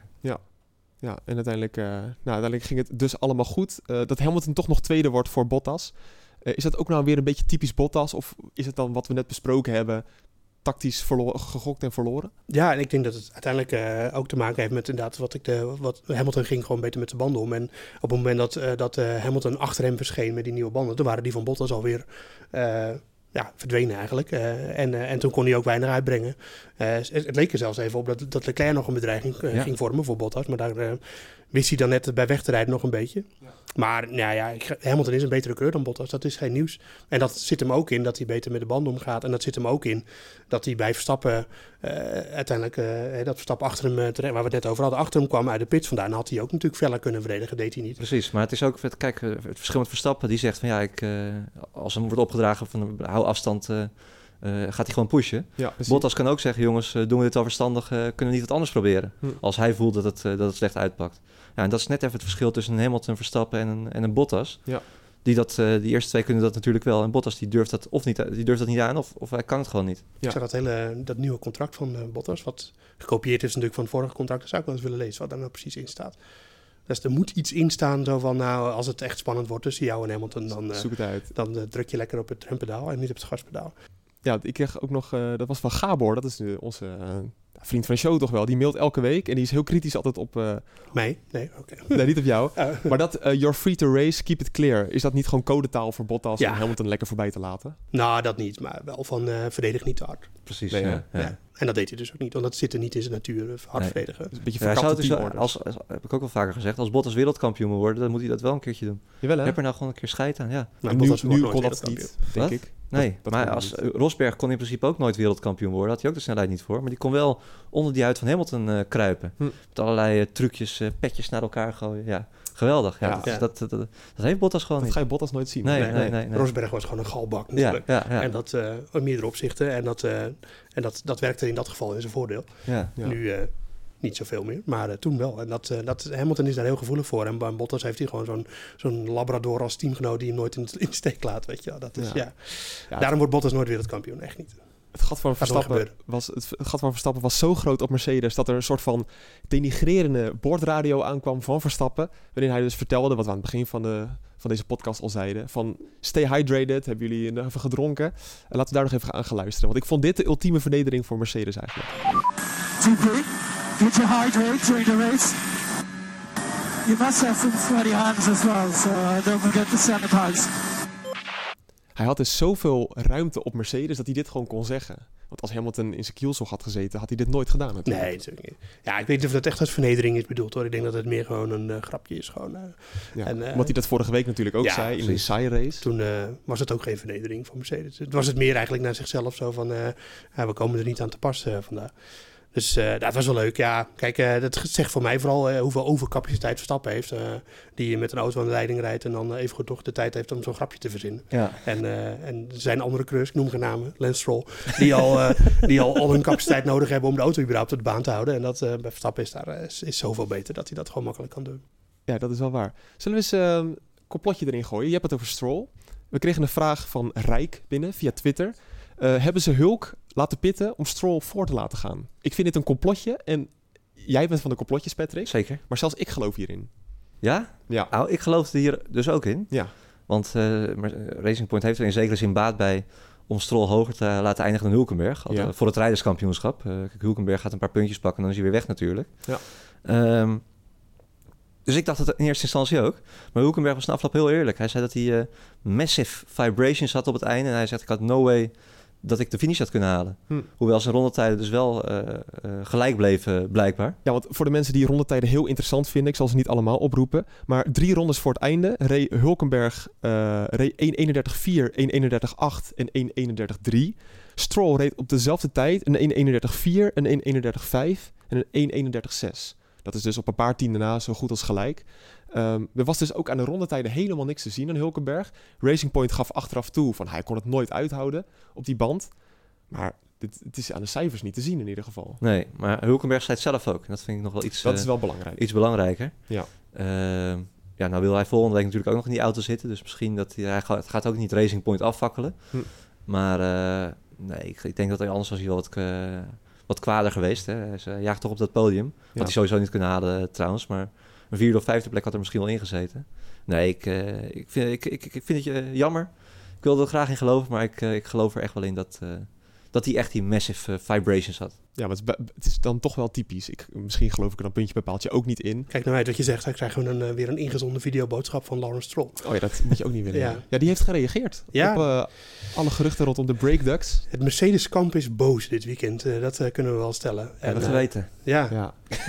S2: Ja, en uiteindelijk, uh, nou, uiteindelijk ging het dus allemaal goed. Uh, dat Hamilton toch nog tweede wordt voor Bottas. Uh, is dat ook nou weer een beetje typisch Bottas? Of is het dan wat we net besproken hebben, tactisch verlo- gegokt en verloren?
S4: Ja, en ik denk dat het uiteindelijk uh, ook te maken heeft met inderdaad wat ik de... Wat, Hamilton ging gewoon beter met de banden om. En op het moment dat, uh, dat uh, Hamilton achter hem verscheen met die nieuwe banden, toen waren die van Bottas alweer... Uh, Ja, verdwenen eigenlijk. Uh, en, uh, en toen kon hij ook weinig uitbrengen. Uh, het, het leek er zelfs even op dat, dat Leclerc nog een bedreiging uh,
S3: Ja.
S4: ging vormen voor Bottas. Maar daar uh, wist hij dan net bij weg te rijden nog een beetje. Ja. Maar nou ja, ik, Hamilton is een betere coureur dan Bottas. Dat is geen nieuws. En dat zit hem ook in dat hij beter met de band omgaat. En dat zit hem ook in dat hij bij Verstappen uh, uiteindelijk... Uh, dat Verstappen achter hem, uh, terecht, waar we het net over hadden, achter hem kwam uit de pits vandaan. Had hij ook natuurlijk feller kunnen verdedigen. Deed hij niet.
S3: Precies, maar het is ook... Kijk, het verschil met Verstappen, die zegt van ja, ik, uh, als hem wordt opgedragen van hou afstand... Uh, Uh, gaat hij gewoon pushen.
S2: Ja,
S3: Bottas kan ook zeggen, jongens, uh, doen we dit wel verstandig, uh, kunnen we niet wat anders proberen. Hm. Als hij voelt dat het, uh, dat het slecht uitpakt. Ja, en dat is net even het verschil tussen een Hamilton, Verstappen en een, en een Bottas.
S2: Ja.
S3: Die, dat, uh, die eerste twee kunnen dat natuurlijk wel. En Bottas die durft dat of niet, die durft dat niet aan of, of hij kan het gewoon niet.
S4: Ja. Ik zag dat hele dat nieuwe contract van uh, Bottas, wat gekopieerd is natuurlijk van het vorige contract. Dat zou ik wel eens willen lezen, wat daar nou precies in staat. Dus er moet iets in staan, zo van, nou, als het echt spannend wordt tussen jou en Hamilton, dan, uh,
S2: Zoek het uit.
S4: dan uh, druk je lekker op het rempedaal en niet op het gaspedaal.
S2: Ja, ik kreeg ook nog, uh, dat was van Gabor, dat is uh, onze uh, vriend van de show toch wel. Die mailt elke week en die is heel kritisch altijd op... Uh,
S4: Mij? Nee, oké. Okay.
S2: Nee, niet op jou.
S4: Uh.
S2: Maar dat, uh, you're free to race, keep it clear. Is dat niet gewoon codetaal voor Bottas
S4: Ja.
S2: om Hamilton lekker voorbij te laten?
S4: Nou, dat niet, maar wel van uh, verdedig niet te hard.
S3: Precies,
S2: nee,
S3: ja,
S2: ja.
S3: Ja.
S4: Ja. En dat deed hij dus ook niet, want dat zit er niet in zijn natuur, hard
S3: Nee.
S4: verdedigen.
S2: Dus een beetje
S3: Ja, hij zou
S2: verkapte
S3: het dus,
S2: teamorders.
S3: als, als, heb ik ook wel vaker gezegd, als Bottas wereldkampioen moet worden, dan moet hij dat wel een keertje doen.
S2: Jawel, hè?
S3: Heb er nou gewoon een keer scheid aan, ja.
S4: Maar
S2: En nu,
S4: Bottas wordt
S2: nu
S4: nooit
S2: kon dat
S4: wereldkampioen.
S2: niet, denk
S3: Wat?
S2: ik.
S3: Nee,
S2: Dat- dat
S3: maar
S2: kon
S3: als,
S2: niet.
S3: Rosberg kon in principe ook nooit wereldkampioen worden. Had hij ook de snelheid niet voor. Maar die kon wel onder die huid van Hamilton uh, kruipen.
S2: Hm.
S3: Met allerlei uh, trucjes, uh, petjes naar elkaar gooien. Ja, geweldig. Ja,
S2: Ja.
S3: dat,
S4: Ja.
S3: Dat, dat, dat, dat heeft Bottas gewoon
S2: Dat
S3: niet.
S2: ga je Bottas nooit zien.
S3: Nee,
S4: Nee,
S3: nee, nee. nee.
S4: Rosberg was gewoon een galbak
S3: Ja,
S4: natuurlijk.
S3: ja, ja.
S4: En dat uh, in meerdere opzichten. En, dat, uh, en dat, dat werkte in dat geval in zijn voordeel.
S3: ja.
S2: Ja.
S4: Nu uh, niet zoveel meer, maar uh, toen wel. En dat, uh, dat, Hamilton is daar heel gevoelig voor. En bij Bottas heeft hij gewoon zo'n, zo'n labrador als teamgenoot die hem nooit in, in de steek laat. Weet je wel. Dat is,
S2: Ja.
S4: ja.
S2: Ja,
S4: Daarom wordt Bottas nooit wereldkampioen, echt niet.
S2: Het gat van
S4: Gaat nooit
S2: Verstappen was, het, het gat van Verstappen was zo groot op Mercedes dat er een soort van denigrerende bordradio aankwam van Verstappen. Waarin hij dus vertelde, wat we aan het begin van, de, van deze podcast al zeiden, van stay hydrated, hebben jullie nog even gedronken? En laten we daar nog even aan gaan luisteren. Want ik vond dit de ultieme vernedering voor Mercedes eigenlijk.
S8: G P, get your hydrate during the race. You must have some sweaty hands as well, so uh, don't forget to sanitize.
S2: Hij had dus zoveel ruimte op Mercedes dat hij dit gewoon kon zeggen. Want als Hamilton in zijn kielzog had gezeten, had hij dit nooit gedaan natuurlijk.
S4: Nee, natuurlijk niet. Ja, ik weet niet of dat echt als vernedering is bedoeld hoor. Ik denk dat het meer gewoon een uh, grapje is. Gewoon, uh,
S2: Ja,
S4: en, uh,
S2: omdat hij dat vorige week natuurlijk ook
S4: ja,
S2: zei in de
S3: precies.
S2: saai race.
S4: Toen uh, was het ook geen vernedering van Mercedes. Het was het meer eigenlijk naar zichzelf zo van... Uh, ja, we komen er niet aan te pas uh, vandaag. Dus uh, dat was wel leuk. Ja, kijk, uh, dat zegt voor mij vooral uh, hoeveel overcapaciteit Verstappen heeft. Uh, die met een auto aan de leiding rijdt en dan uh, even goed toch de tijd heeft om zo'n grapje te verzinnen.
S3: Ja.
S4: En, uh, en er zijn andere coureurs, ik noem geen namen, Lance Stroll, die al, uh, die al, al hun capaciteit nodig hebben om de auto überhaupt op de baan te houden. En dat uh, bij Verstappen is, daar, uh, is, is zoveel beter dat hij dat gewoon makkelijk kan doen.
S2: Ja, dat is wel waar. Zullen we eens uh, een complotje erin gooien? Je hebt het over Stroll. We kregen een vraag van Rijk binnen via Twitter. Uh, hebben ze Hulk laten pitten om Stroll voor te laten gaan. Ik vind dit een complotje en jij bent van de complotjes, Patrick.
S3: Zeker.
S2: Maar zelfs ik geloof hierin.
S3: Ja?
S2: Ja.
S3: Nou, ik geloof er hier dus ook in.
S2: Ja.
S3: Want uh, Racing Point heeft er in zekere zin baat bij om Stroll hoger te laten eindigen dan Hülkenberg. Ja. Voor het rijderskampioenschap. Uh, kijk, Hülkenberg gaat een paar puntjes pakken en dan is hij weer weg natuurlijk.
S2: Ja.
S3: Um, dus ik dacht het in eerste instantie ook. Maar Hülkenberg was na afloop heel eerlijk. Hij zei dat hij uh, massive vibrations had op het einde. En hij zegt, ik had no way dat ik de finish had kunnen halen. Hm. Hoewel zijn rondetijden dus wel uh, uh, gelijk bleven, blijkbaar.
S2: Ja, want voor de mensen die rondetijden heel interessant vinden... ik zal ze niet allemaal oproepen... maar drie rondes voor het einde reed Hülkenberg uh, reed één eenendertig vier, één eenendertig acht en één eenendertig drie. Stroll reed op dezelfde tijd een één eenendertig vier, een één eenendertig vijf en een één eenendertig zes. Dat is dus op een paar tienden na zo goed als gelijk. Um, er was dus ook aan de rondetijden helemaal niks te zien aan Hülkenberg. Racing Point gaf achteraf toe van hij kon het nooit uithouden op die band. Maar dit, het is aan de cijfers niet te zien in ieder geval.
S3: Nee, maar Hülkenberg zei het zelf ook. En dat vind ik nog wel iets,
S2: dat is
S3: uh,
S2: wel belangrijk.
S3: iets belangrijker.
S2: Ja.
S3: Uh, ja, nou wil hij volgende week natuurlijk ook nog in die auto zitten. Dus misschien dat hij, hij gaat, gaat ook niet Racing Point afvakkelen. Hm. Maar uh, nee, ik, ik denk dat hij anders was hij wel wat... Uh, Wat kwader geweest. Hè? Hij uh, jaagt toch op dat podium. Had ja. hij sowieso niet kunnen halen uh, trouwens. Maar een vierde of vijfde plek had er misschien wel ingezeten. Nee, ik, uh, ik, vind, ik, ik, ik vind het uh, jammer. Ik wilde er graag in geloven. Maar ik, uh, ik geloof er echt wel in dat, uh, dat hij echt die massive uh, vibrations had.
S2: Ja, maar het is, het is dan toch wel typisch. Ik, misschien geloof ik er dan puntje bij paaltje ook niet in.
S4: Kijk nou uit wat je zegt. Dan krijgen we een, uh, weer een ingezonde videoboodschap van Lawrence Stroll.
S2: Oh ja, dat moet je ook niet willen. ja. ja, die heeft gereageerd ja. op uh, alle geruchten rondom de breakducts.
S4: Het Mercedes-kamp is boos dit weekend. Uh, dat uh, kunnen we wel stellen.
S3: Ja, dat uh, weten.
S4: Ja, ja.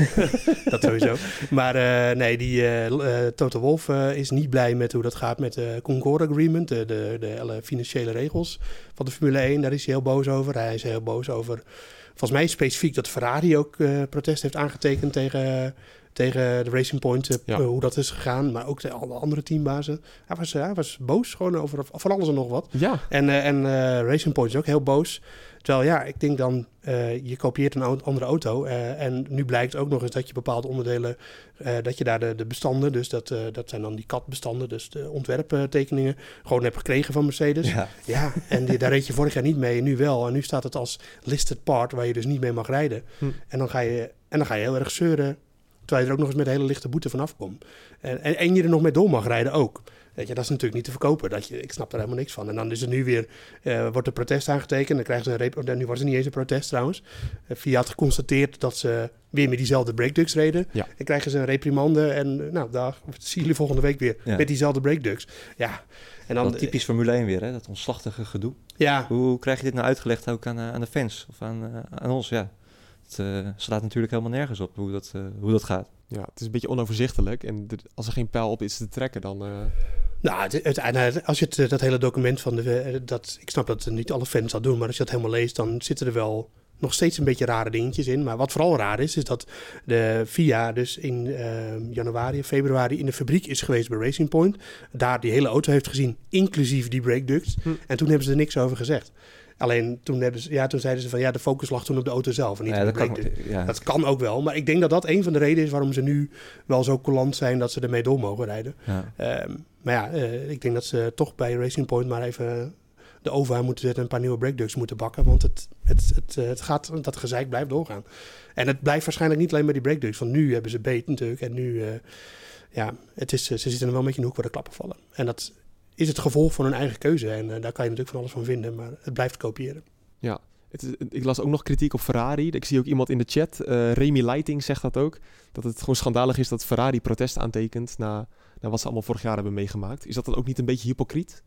S4: Dat sowieso. Maar uh, nee, die uh, uh, Toto Wolff uh, is niet blij met hoe dat gaat met de Concorde Agreement. De, de, de, de financiële regels van de Formule één. Daar is hij heel boos over. Hij is heel boos over... Volgens mij specifiek dat Ferrari ook uh, protest heeft aangetekend tegen, tegen de Racing Point. Uh, ja. uh, hoe dat is gegaan. Maar ook de alle andere teambazen. Hij was, uh, hij was boos gewoon over van alles en nog wat.
S2: Ja.
S4: En, uh, en uh, Racing Point is ook heel boos. Terwijl ja, ik denk dan, uh, je kopieert een andere auto. Uh, en nu blijkt ook nog eens dat je bepaalde onderdelen, uh, dat je daar de, de bestanden, dus dat, uh, dat zijn dan die C A T-bestanden, dus de ontwerptekeningen, gewoon hebt gekregen van Mercedes. Ja, ja en die, daar reed je vorig jaar niet mee en nu wel. En nu staat het als listed part, waar je dus niet mee mag rijden. Hm. En, dan ga je, en dan ga je heel erg zeuren, terwijl je er ook nog eens met een hele lichte boete vanaf komt. En, en, en je er nog mee door mag rijden ook. Weet je, dat is natuurlijk niet te verkopen. Dat je, ik snap er helemaal niks van. En dan is er nu weer, uh, wordt er protest aangetekend. Dan krijgen ze een rep- nu was er niet eens een protest trouwens. Uh, Fiat had geconstateerd dat ze weer met diezelfde breakducts reden. Ja. En krijgen ze een reprimande. En uh, nou, daar zien jullie volgende week weer ja. met diezelfde breakducts. Ja. En dan,
S3: dat typisch Formule één weer, hè? Dat onslachtige gedoe.
S4: Ja.
S3: Hoe, hoe krijg je dit nou uitgelegd ook aan, uh, aan de fans? Of aan, uh, aan ons, ja. Het uh, slaat natuurlijk helemaal nergens op hoe dat, uh, hoe dat gaat.
S2: Ja, het is een beetje onoverzichtelijk. En de, als er geen pijl op is te trekken, dan... Uh...
S4: Nou, het, het, als je het, dat hele document van de... Dat, ik snap dat niet alle fans dat doen, maar als je dat helemaal leest, dan zitten er wel nog steeds een beetje rare dingetjes in. Maar wat vooral raar is, is dat de F I A dus in uh, januari, februari in de fabriek is geweest bij Racing Point. Daar die hele auto heeft gezien, inclusief die breakducts. Hm. En toen hebben ze er niks over gezegd. Alleen toen, hebben ze, ja, toen zeiden ze van ja, de focus lag toen op de auto zelf en niet ja, op de breakduct. Kan, ja. Dat kan ook wel, maar ik denk dat dat een van de redenen is waarom ze nu wel zo coulant zijn dat ze ermee door mogen rijden. Ja. Um, maar ja, uh, ik denk dat ze toch bij Racing Point maar even de oven aan moeten zetten en een paar nieuwe breakducts moeten bakken, want het, het, het, het gaat, dat gezeik blijft doorgaan. En het blijft waarschijnlijk niet alleen bij die breakducts, want nu hebben ze beet natuurlijk en nu, uh, ja, het is, ze zitten er wel een beetje in de hoek waar de klappen vallen. En dat is het gevolg van hun eigen keuze. En uh, daar kan je natuurlijk van alles van vinden, maar het blijft kopiëren.
S2: Ja, het is, ik las ook nog kritiek op Ferrari. Ik zie ook iemand in de chat, uh, Remy Lighting zegt dat ook, dat het gewoon schandalig is dat Ferrari protest aantekent na, na wat ze allemaal vorig jaar hebben meegemaakt. Is dat dan ook niet een beetje hypocriet?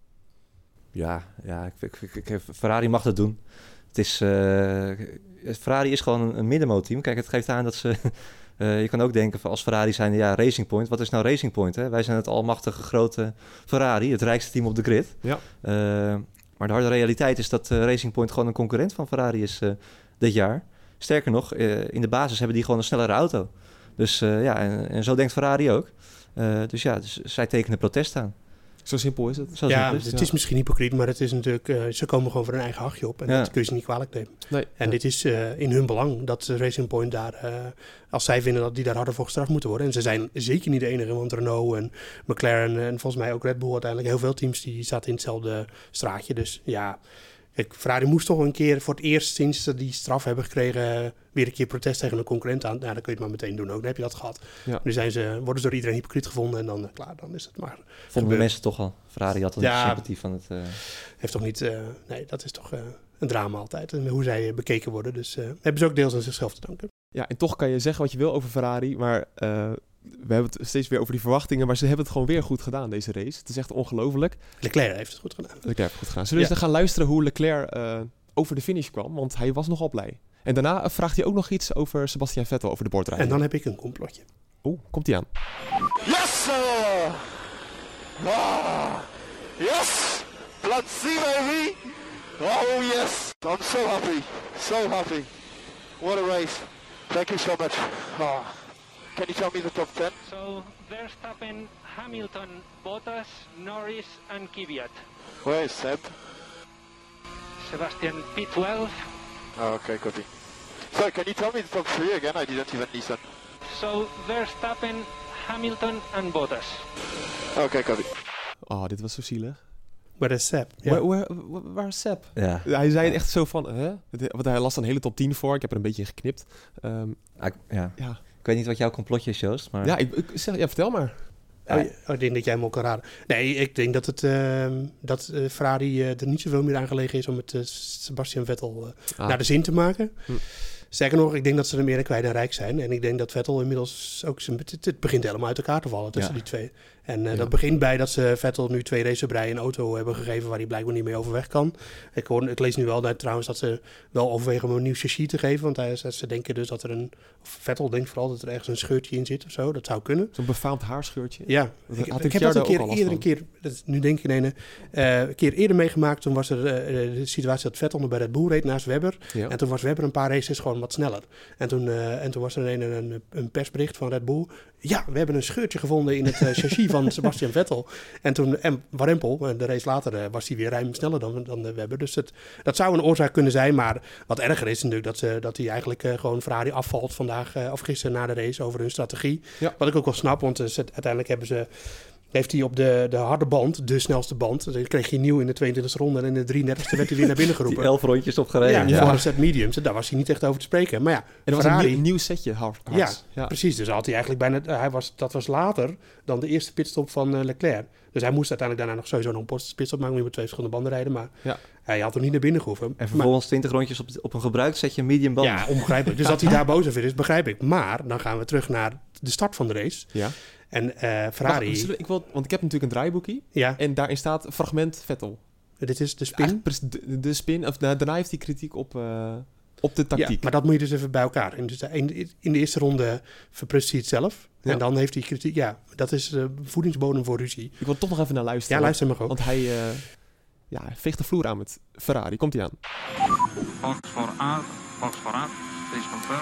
S3: Ja, ja ik, ik, ik, Ferrari mag dat doen. Het is, uh, Ferrari is gewoon een, een middenmootteam. Kijk, het geeft aan dat ze... Uh, je kan ook denken van als Ferrari zijn, ja, Racing Point. Wat is nou Racing Point? Hè? Wij zijn het almachtige grote Ferrari, het rijkste team op de grid. Ja. Uh, maar de harde realiteit is dat uh, Racing Point gewoon een concurrent van Ferrari is uh, dit jaar. Sterker nog, uh, in de basis hebben die gewoon een snellere auto. Dus uh, ja, en, en zo denkt Ferrari ook. Uh, dus ja, dus zij tekenen protest aan.
S2: Zo simpel is het.
S3: Zo
S4: ja,
S3: is
S4: het, het is misschien hypocriet, maar het is natuurlijk, uh, ze komen gewoon voor hun eigen hachje op. En ja. dat kun je ze niet kwalijk nemen. Nee, en nee. dit is uh, in hun belang dat Racing Point daar, uh, als zij vinden dat die daar harder voor gestraft moeten worden. En ze zijn zeker niet de enige, want Renault en McLaren en volgens mij ook Red Bull uiteindelijk. Heel veel teams die zaten in hetzelfde straatje. Dus ja, Kijk, Ferrari moest toch een keer voor het eerst sinds ze die straf hebben gekregen... weer een keer protest tegen een concurrent aan. Nou, dan kun je het maar meteen doen ook. Dan heb je dat gehad.
S2: Ja.
S4: Nu zijn ze, worden ze door iedereen hypocriet gevonden en dan uh, klaar. Dan is het maar
S3: Vonden
S4: gebeurd.
S3: de mensen toch al. Ferrari had een
S4: Ja.
S3: sympathie van het... Uh...
S4: Heeft toch niet... Uh, nee, dat is toch uh, een drama altijd. En hoe zij uh, bekeken worden. Dus uh, hebben ze ook deels aan zichzelf te danken.
S2: Ja, en toch kan je zeggen wat je wil over Ferrari, maar... Uh, we hebben het steeds weer over die verwachtingen, maar ze hebben het gewoon weer goed gedaan, deze race. Het is echt ongelooflijk.
S4: Leclerc heeft het goed gedaan.
S2: Leclerc heeft het goed gedaan. Zullen we
S4: Ja.
S2: eens gaan luisteren hoe Leclerc uh, over de finish kwam? Want hij was nogal blij. En daarna uh, vraagt hij ook nog iets over Sebastian Vettel, over de boordradio.
S4: En dan heb ik een complotje.
S2: Oeh, komt hij aan.
S6: Yes, sir! Ah, yes! Let's see, baby! Oh, yes! I'm so happy. So happy. What a race. Thank you so much. Ah. Can you tell me the top ten?
S7: So, Verstappen, Hamilton, Bottas, Norris and Kvyat.
S6: Where is Seb?
S7: Sebastian P twelve.
S6: Oh, okay, copy. So, can you tell me the top three again? I didn't even listen.
S7: So, Verstappen, Hamilton and Bottas.
S6: Okay, copy.
S2: Oh, dit was zo zielig.
S4: Maar dat is Seb. Ja.
S2: Waar, waar, waar, waar is Seb?
S3: Ja.
S2: Hij zei echt zo van, hè? Want hij las een hele top tien voor. Ik heb er een beetje in geknipt. Um,
S3: Ah, ja.
S2: ja.
S3: Ik weet niet wat jouw complotje is, Joost, maar...
S2: Ja, ik, ik zeg, ja, vertel maar.
S4: Oh, oh, ik denk dat jij hem ook kan raden. Nee, ik denk dat, het, uh, dat uh, Ferrari uh, er niet zoveel meer aan gelegen is om het uh, Sebastian Vettel uh,
S2: Ah.
S4: naar de zin te maken.
S2: Hm.
S4: Sterker nog, ik denk dat ze er meer dan kwijt en rijk zijn. En ik denk dat Vettel inmiddels ook... Zijn, het, het begint helemaal uit elkaar te vallen tussen
S3: Ja.
S4: die twee. En uh,
S2: Ja.
S4: dat begint bij dat ze Vettel nu twee races op rij een auto hebben gegeven waar hij blijkbaar niet mee overweg kan. Ik, hoor, ik lees nu wel dat, trouwens dat ze wel overwegen om een nieuw chassis te geven. Want hij, ze denken dus dat er een... Of Vettel denkt vooral dat er ergens een scheurtje in zit of zo. Dat zou kunnen.
S2: Zo'n befaamd haarscheurtje.
S4: Ja,
S2: Dat
S4: ik,
S2: had
S4: ik heb dat
S2: Ricciardo
S4: een keer
S2: ook al last
S4: eerder een
S2: van.
S4: keer, dat is, nu denk ik in een, uh, een keer eerder meegemaakt. Toen was er uh, de situatie dat Vettel nog bij Red Bull reed naast Webber.
S2: Ja.
S4: En toen was Webber een paar races gewoon wat sneller. En toen, uh, en toen was er een, een, een persbericht van Red Bull. Ja, we hebben een scheurtje gevonden in het uh, chassis van Sebastian Vettel. En toen, en Warempel, de race later, uh, was hij weer ruim sneller dan, dan de Webber. Dus het, dat zou een oorzaak kunnen zijn. Maar wat erger is natuurlijk dat, ze, dat hij eigenlijk uh, gewoon Ferrari afvalt vandaag uh, of gisteren na de race over hun strategie.
S2: Ja.
S4: Wat ik ook wel snap, want uh, ze, uiteindelijk hebben ze... heeft hij op de, de harde band, de snelste band... dan kreeg je nieuw in de tweeëntwintigste ronde... en in de drieëndertigste werd hij weer naar binnen geroepen.
S3: Die elf rondjes opgereden.
S4: Ja,
S2: Ja.
S4: voor een set mediums. Daar was hij niet echt over te spreken. Maar ja,
S2: En dat was
S4: Ferrari...
S2: een nieuw, nieuw setje hard.
S4: Ja,
S2: hards. ja.
S4: precies. Dus had hij eigenlijk bijna... Hij was, dat was later dan de eerste pitstop van uh, Leclerc. Dus hij moest uiteindelijk daarna nog sowieso nog een pitstop maken... met twee verschillende banden rijden. Maar
S2: Ja.
S4: hij had er niet naar binnen gehoeven.
S3: En vervolgens twintig rondjes op, op een gebruikt setje medium band.
S4: Ja, onbegrijpelijk. Dus dat hij daar boos over is, begrijp ik. Maar dan gaan we terug naar de start van de race.
S2: Ja.
S4: En uh, Ferrari...
S2: Wacht, zullen we- ik wil, want ik heb natuurlijk een draaiboekje.
S4: Ja,
S2: En daarin staat fragment Vettel.
S4: dit is de spin.
S2: Eigenlijk pres- de, de spin. Of, nou, daarna heeft hij kritiek op, uh, op de tactiek.
S4: Ja, maar dat moet je dus even bij elkaar. In, dus in, in de eerste ronde verprutst hij het zelf.
S2: Ja.
S4: En dan heeft hij kritiek. Ja, dat is uh, voedingsbodem voor ruzie.
S2: Ik wil toch nog even naar luisteren.
S4: Ja, luister maar ook.
S2: Want hij, uh, ja, hij veegt de vloer aan met Ferrari. Komt hij aan.
S9: Box for R, box for R, please confirm.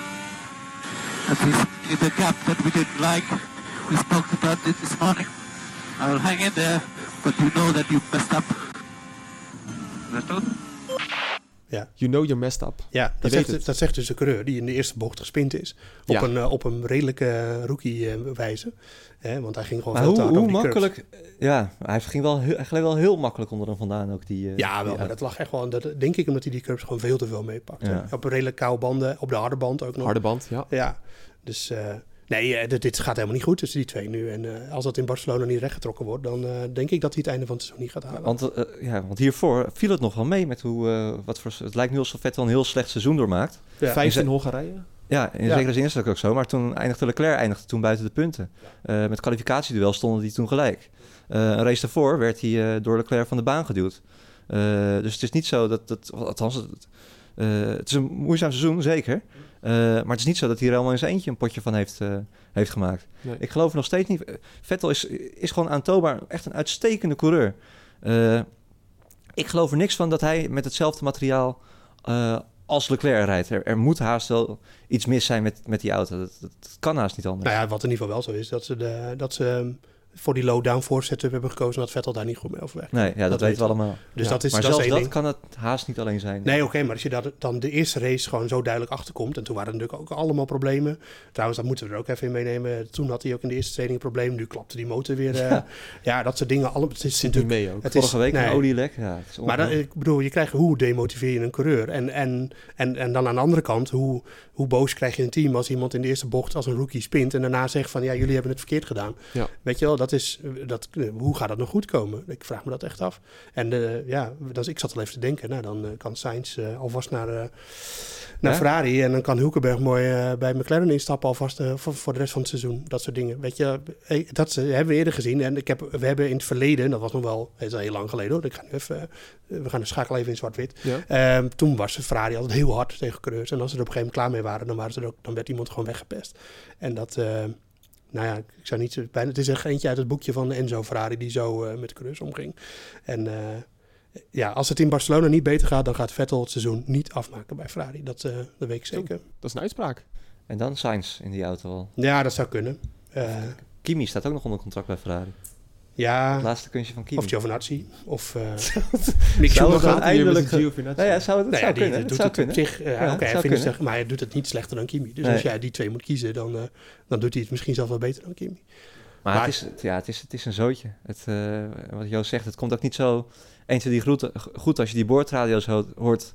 S8: That is the gap that we didn't like. We spoke about it this morning. I will hang in there, but you know that you messed up.
S9: Understood?
S4: Ja,
S2: You know you're messed up.
S4: ja dat,
S2: weet
S4: zegt,
S2: het.
S4: dat zegt dus de coureur die in de eerste bocht gespind is. Op,
S2: Ja.
S4: een, uh, op een redelijke uh, rookie uh, wijze. Hè, want hij ging gewoon
S3: Maar
S4: veel
S3: hoe,
S4: te hard
S3: hoe
S4: over die curbs.
S3: makkelijk... Ja, hij ging wel, heel, hij gleed wel heel makkelijk onder hem vandaan ook. Die, uh,
S4: Ja, wel,
S3: die
S4: maar dat lag echt wel... Dat, denk ik omdat hij die curbs gewoon veel te veel meepakt.
S3: Ja.
S4: Op een redelijk koude banden, op de harde band ook nog.
S2: Harde band, ja.
S4: Ja, dus... Uh, nee, uh, dit, dit gaat helemaal niet goed tussen die twee nu. En uh, als dat in Barcelona niet rechtgetrokken wordt... dan uh, denk ik dat hij het einde van het seizoen niet gaat halen.
S3: Want, uh, ja, want hiervoor viel het nog wel mee met hoe... Uh, wat voor, het lijkt nu alsof Vettel een heel slecht seizoen doormaakt.
S4: Ja.
S2: Vijf in
S3: Ze-
S2: Hongarije.
S3: Ja, in
S4: Ja.
S3: zekere zin is dat ook zo. Maar toen eindigde Leclerc eindigde toen buiten de punten. Uh, met kwalificatieduel stonden die toen gelijk. Uh, een race daarvoor werd hij uh, door Leclerc van de baan geduwd. Uh, dus het is niet zo dat... dat althans, het, uh, het is een moeizaam seizoen, zeker. Uh, maar het is niet zo dat hij er helemaal in zijn eentje een potje van heeft, uh, heeft gemaakt.
S2: Nee.
S3: Ik geloof nog steeds niet... Vettel is, is gewoon aantoonbaar echt een uitstekende coureur. Uh, ik geloof er niks van dat hij met hetzelfde materiaal... Uh, als Leclerc rijdt. Er, er moet haast wel iets mis zijn met, met die auto. Dat, dat, dat kan haast niet anders.
S4: Nou ja, wat in ieder geval wel zo is, dat ze, de, dat ze voor die low-down force setup hebben gekozen... dat Vettel daar niet goed mee overweg.
S3: Nee, ja, dat, dat weten we allemaal.
S4: Dus
S3: ja.
S4: dat is,
S3: maar
S4: dat
S3: zelfs
S4: is
S3: dat
S4: ding.
S3: kan het haast niet alleen zijn.
S4: Nee, oké, okay, maar als je dat, dan de eerste race gewoon zo duidelijk achterkomt... en toen waren er natuurlijk ook allemaal problemen. Trouwens, dat moeten we er ook even in meenemen. Toen had hij ook in de eerste training een probleem. Nu klapte die motor weer. Uh, ja. ja, dat soort dingen. Alle, het is
S2: zit natuurlijk mee ook.
S4: Het
S3: Vorige
S4: is,
S3: week
S4: nee,
S3: een olielek. Ja, het is
S4: maar dat, ik bedoel, je krijgt hoe demotiveer je een coureur? En, en, en, en dan aan de andere kant, hoe, hoe boos krijg je een team... als iemand in de eerste bocht als een rookie spint... en daarna zegt van, ja, jullie hebben het verkeerd gedaan. Ja. Weet je wel, dat is... Dat, hoe gaat dat nog goed komen? Ik vraag me dat echt af. En uh, ja, dat, ik zat al even te denken... nou, dan uh, kan Sainz uh, alvast naar, uh, naar ja? Ferrari... en dan kan Hülkenberg mooi uh, bij McLaren instappen... alvast uh, voor, voor de rest van het seizoen. Dat soort dingen. Weet je, dat uh, hebben we eerder gezien. En ik heb, we hebben in het verleden... dat was nog wel, het is al heel lang geleden hoor... Ik ga nu even, uh, we gaan de schakel even in zwart-wit. Ja. Uh, toen was Ferrari altijd heel hard tegen coureurs... en als ze er op een gegeven moment klaar mee waren... dan, waren ze er ook, dan werd iemand gewoon weggepest. En dat... Uh, Nou ja, ik zou niet zo bijna. Het is er eentje uit het boekje van Enzo Ferrari die zo uh, met de coureurs omging. En uh, ja, als het in Barcelona niet beter gaat, dan gaat Vettel het seizoen niet afmaken bij Ferrari. Dat, uh, dat weet ik zeker.
S2: Zo, dat is een uitspraak.
S3: En dan Sainz in die auto al.
S4: Ja, dat zou kunnen. Uh,
S3: Kimi staat ook nog onder contract bij Ferrari.
S4: Ja.
S3: Het laatste kunstje van Kimi.
S4: Of Giovinazzi. Of uh,
S3: Mick Schumacher. Eindelijk.
S2: Nou
S3: ja, zou het, het
S4: nou
S3: zou
S4: ja,
S3: kunnen.
S4: Die,
S3: het
S4: doet
S3: zou
S4: het
S3: kunnen.
S4: Op zich, uh,
S3: ja,
S4: okay,
S3: kunnen.
S4: Zeg, maar hij doet het niet slechter dan Kimi. Dus
S3: nee.
S4: als jij die twee moet kiezen, dan, uh, dan doet hij het misschien zelfs wel beter dan Kimi.
S3: Maar, maar het, is, ja, het, is, het is een zootje. Het, uh, wat Joost zegt, het komt ook niet zo eens en die goed, goed als je die boordradio's hoort.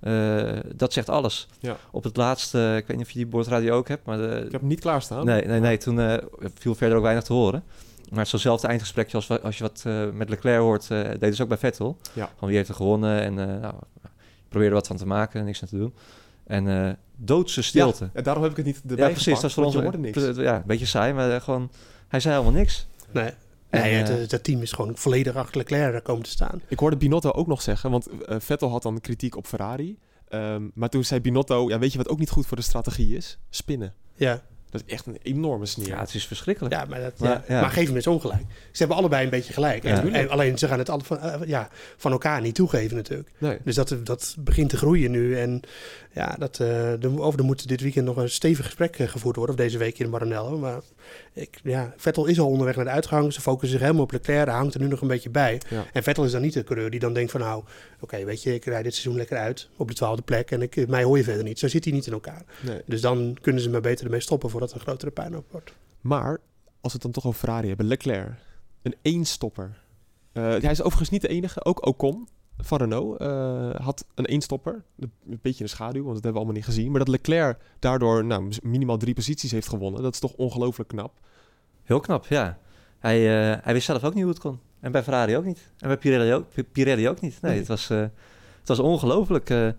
S3: Uh, dat zegt alles.
S2: Ja.
S3: Op het laatste, ik weet niet of je die boordradio ook hebt. Maar de,
S2: ik heb hem niet klaarstaan.
S3: Nee, nee, nee toen uh, viel verder ook weinig te horen. Maar zo'nzelfde eindgesprekje als, als je wat uh, met Leclerc hoort, uh, deden ze ook bij Vettel.
S2: Ja.
S3: Gewoon wie heeft er gewonnen en uh, nou, probeerde er wat van te maken, niks aan te doen. En uh, doodse stilte.
S2: Ja, en daarom heb ik het niet erbij
S3: Ja, precies.
S2: gepakt,
S3: Dat is voor ons
S2: hoorde niks.
S3: Ja, een beetje saai, maar uh, gewoon, hij zei helemaal niks.
S4: Nee.
S3: En,
S4: nee,
S3: uh,
S4: het, het, het team is gewoon volledig achter Leclerc komen te staan.
S2: Ik hoorde Binotto ook nog zeggen, want uh, Vettel had dan kritiek op Ferrari. Um, maar toen zei Binotto, ja, weet je wat ook niet goed voor de strategie is? Spinnen.
S4: Ja.
S2: Dat is echt een enorme sneer.
S3: Ja, het is verschrikkelijk.
S4: Ja, maar, dat, maar, ja, ja. maar geef hem eens ongelijk. Ze hebben allebei een beetje gelijk. Ja. En, en alleen ze gaan het alle van, uh, ja, van elkaar niet toegeven natuurlijk.
S2: Nee.
S4: Dus dat, dat begint te groeien nu. En ja, dat, uh, de, over er moet dit weekend nog een stevig gesprek uh, gevoerd worden. Of deze week in Maranello. Maar ik, ja, Vettel is al onderweg naar de uitgang. Ze focussen zich helemaal op Leclerc. Daar hangt er nu nog een beetje bij.
S2: Ja.
S4: En Vettel is dan niet de coureur die dan denkt van nou... Oké, okay, weet je, ik rijd dit seizoen lekker uit op de twaalfde plek. En ik, mij hoor je verder niet. Zo zit hij niet in elkaar. Nee. Dus dan kunnen ze maar beter ermee stoppen voordat er een grotere puinhoop wordt.
S2: Maar, als we het dan toch over Ferrari hebben, Leclerc, een eenstopper. Uh, hij is overigens niet de enige, ook Ocon van Renault uh, had een eenstopper. Een beetje in de schaduw, want dat hebben we allemaal niet gezien. Maar dat Leclerc daardoor nou, minimaal drie posities heeft gewonnen, dat is toch ongelooflijk knap.
S3: Heel knap, ja. Hij, uh, hij wist zelf ook niet hoe het kon. En bij Ferrari ook niet. En bij Pirelli ook, Pirelli ook niet. Nee, nee. Het was, uh, het was ongelooflijk. Uh, uh,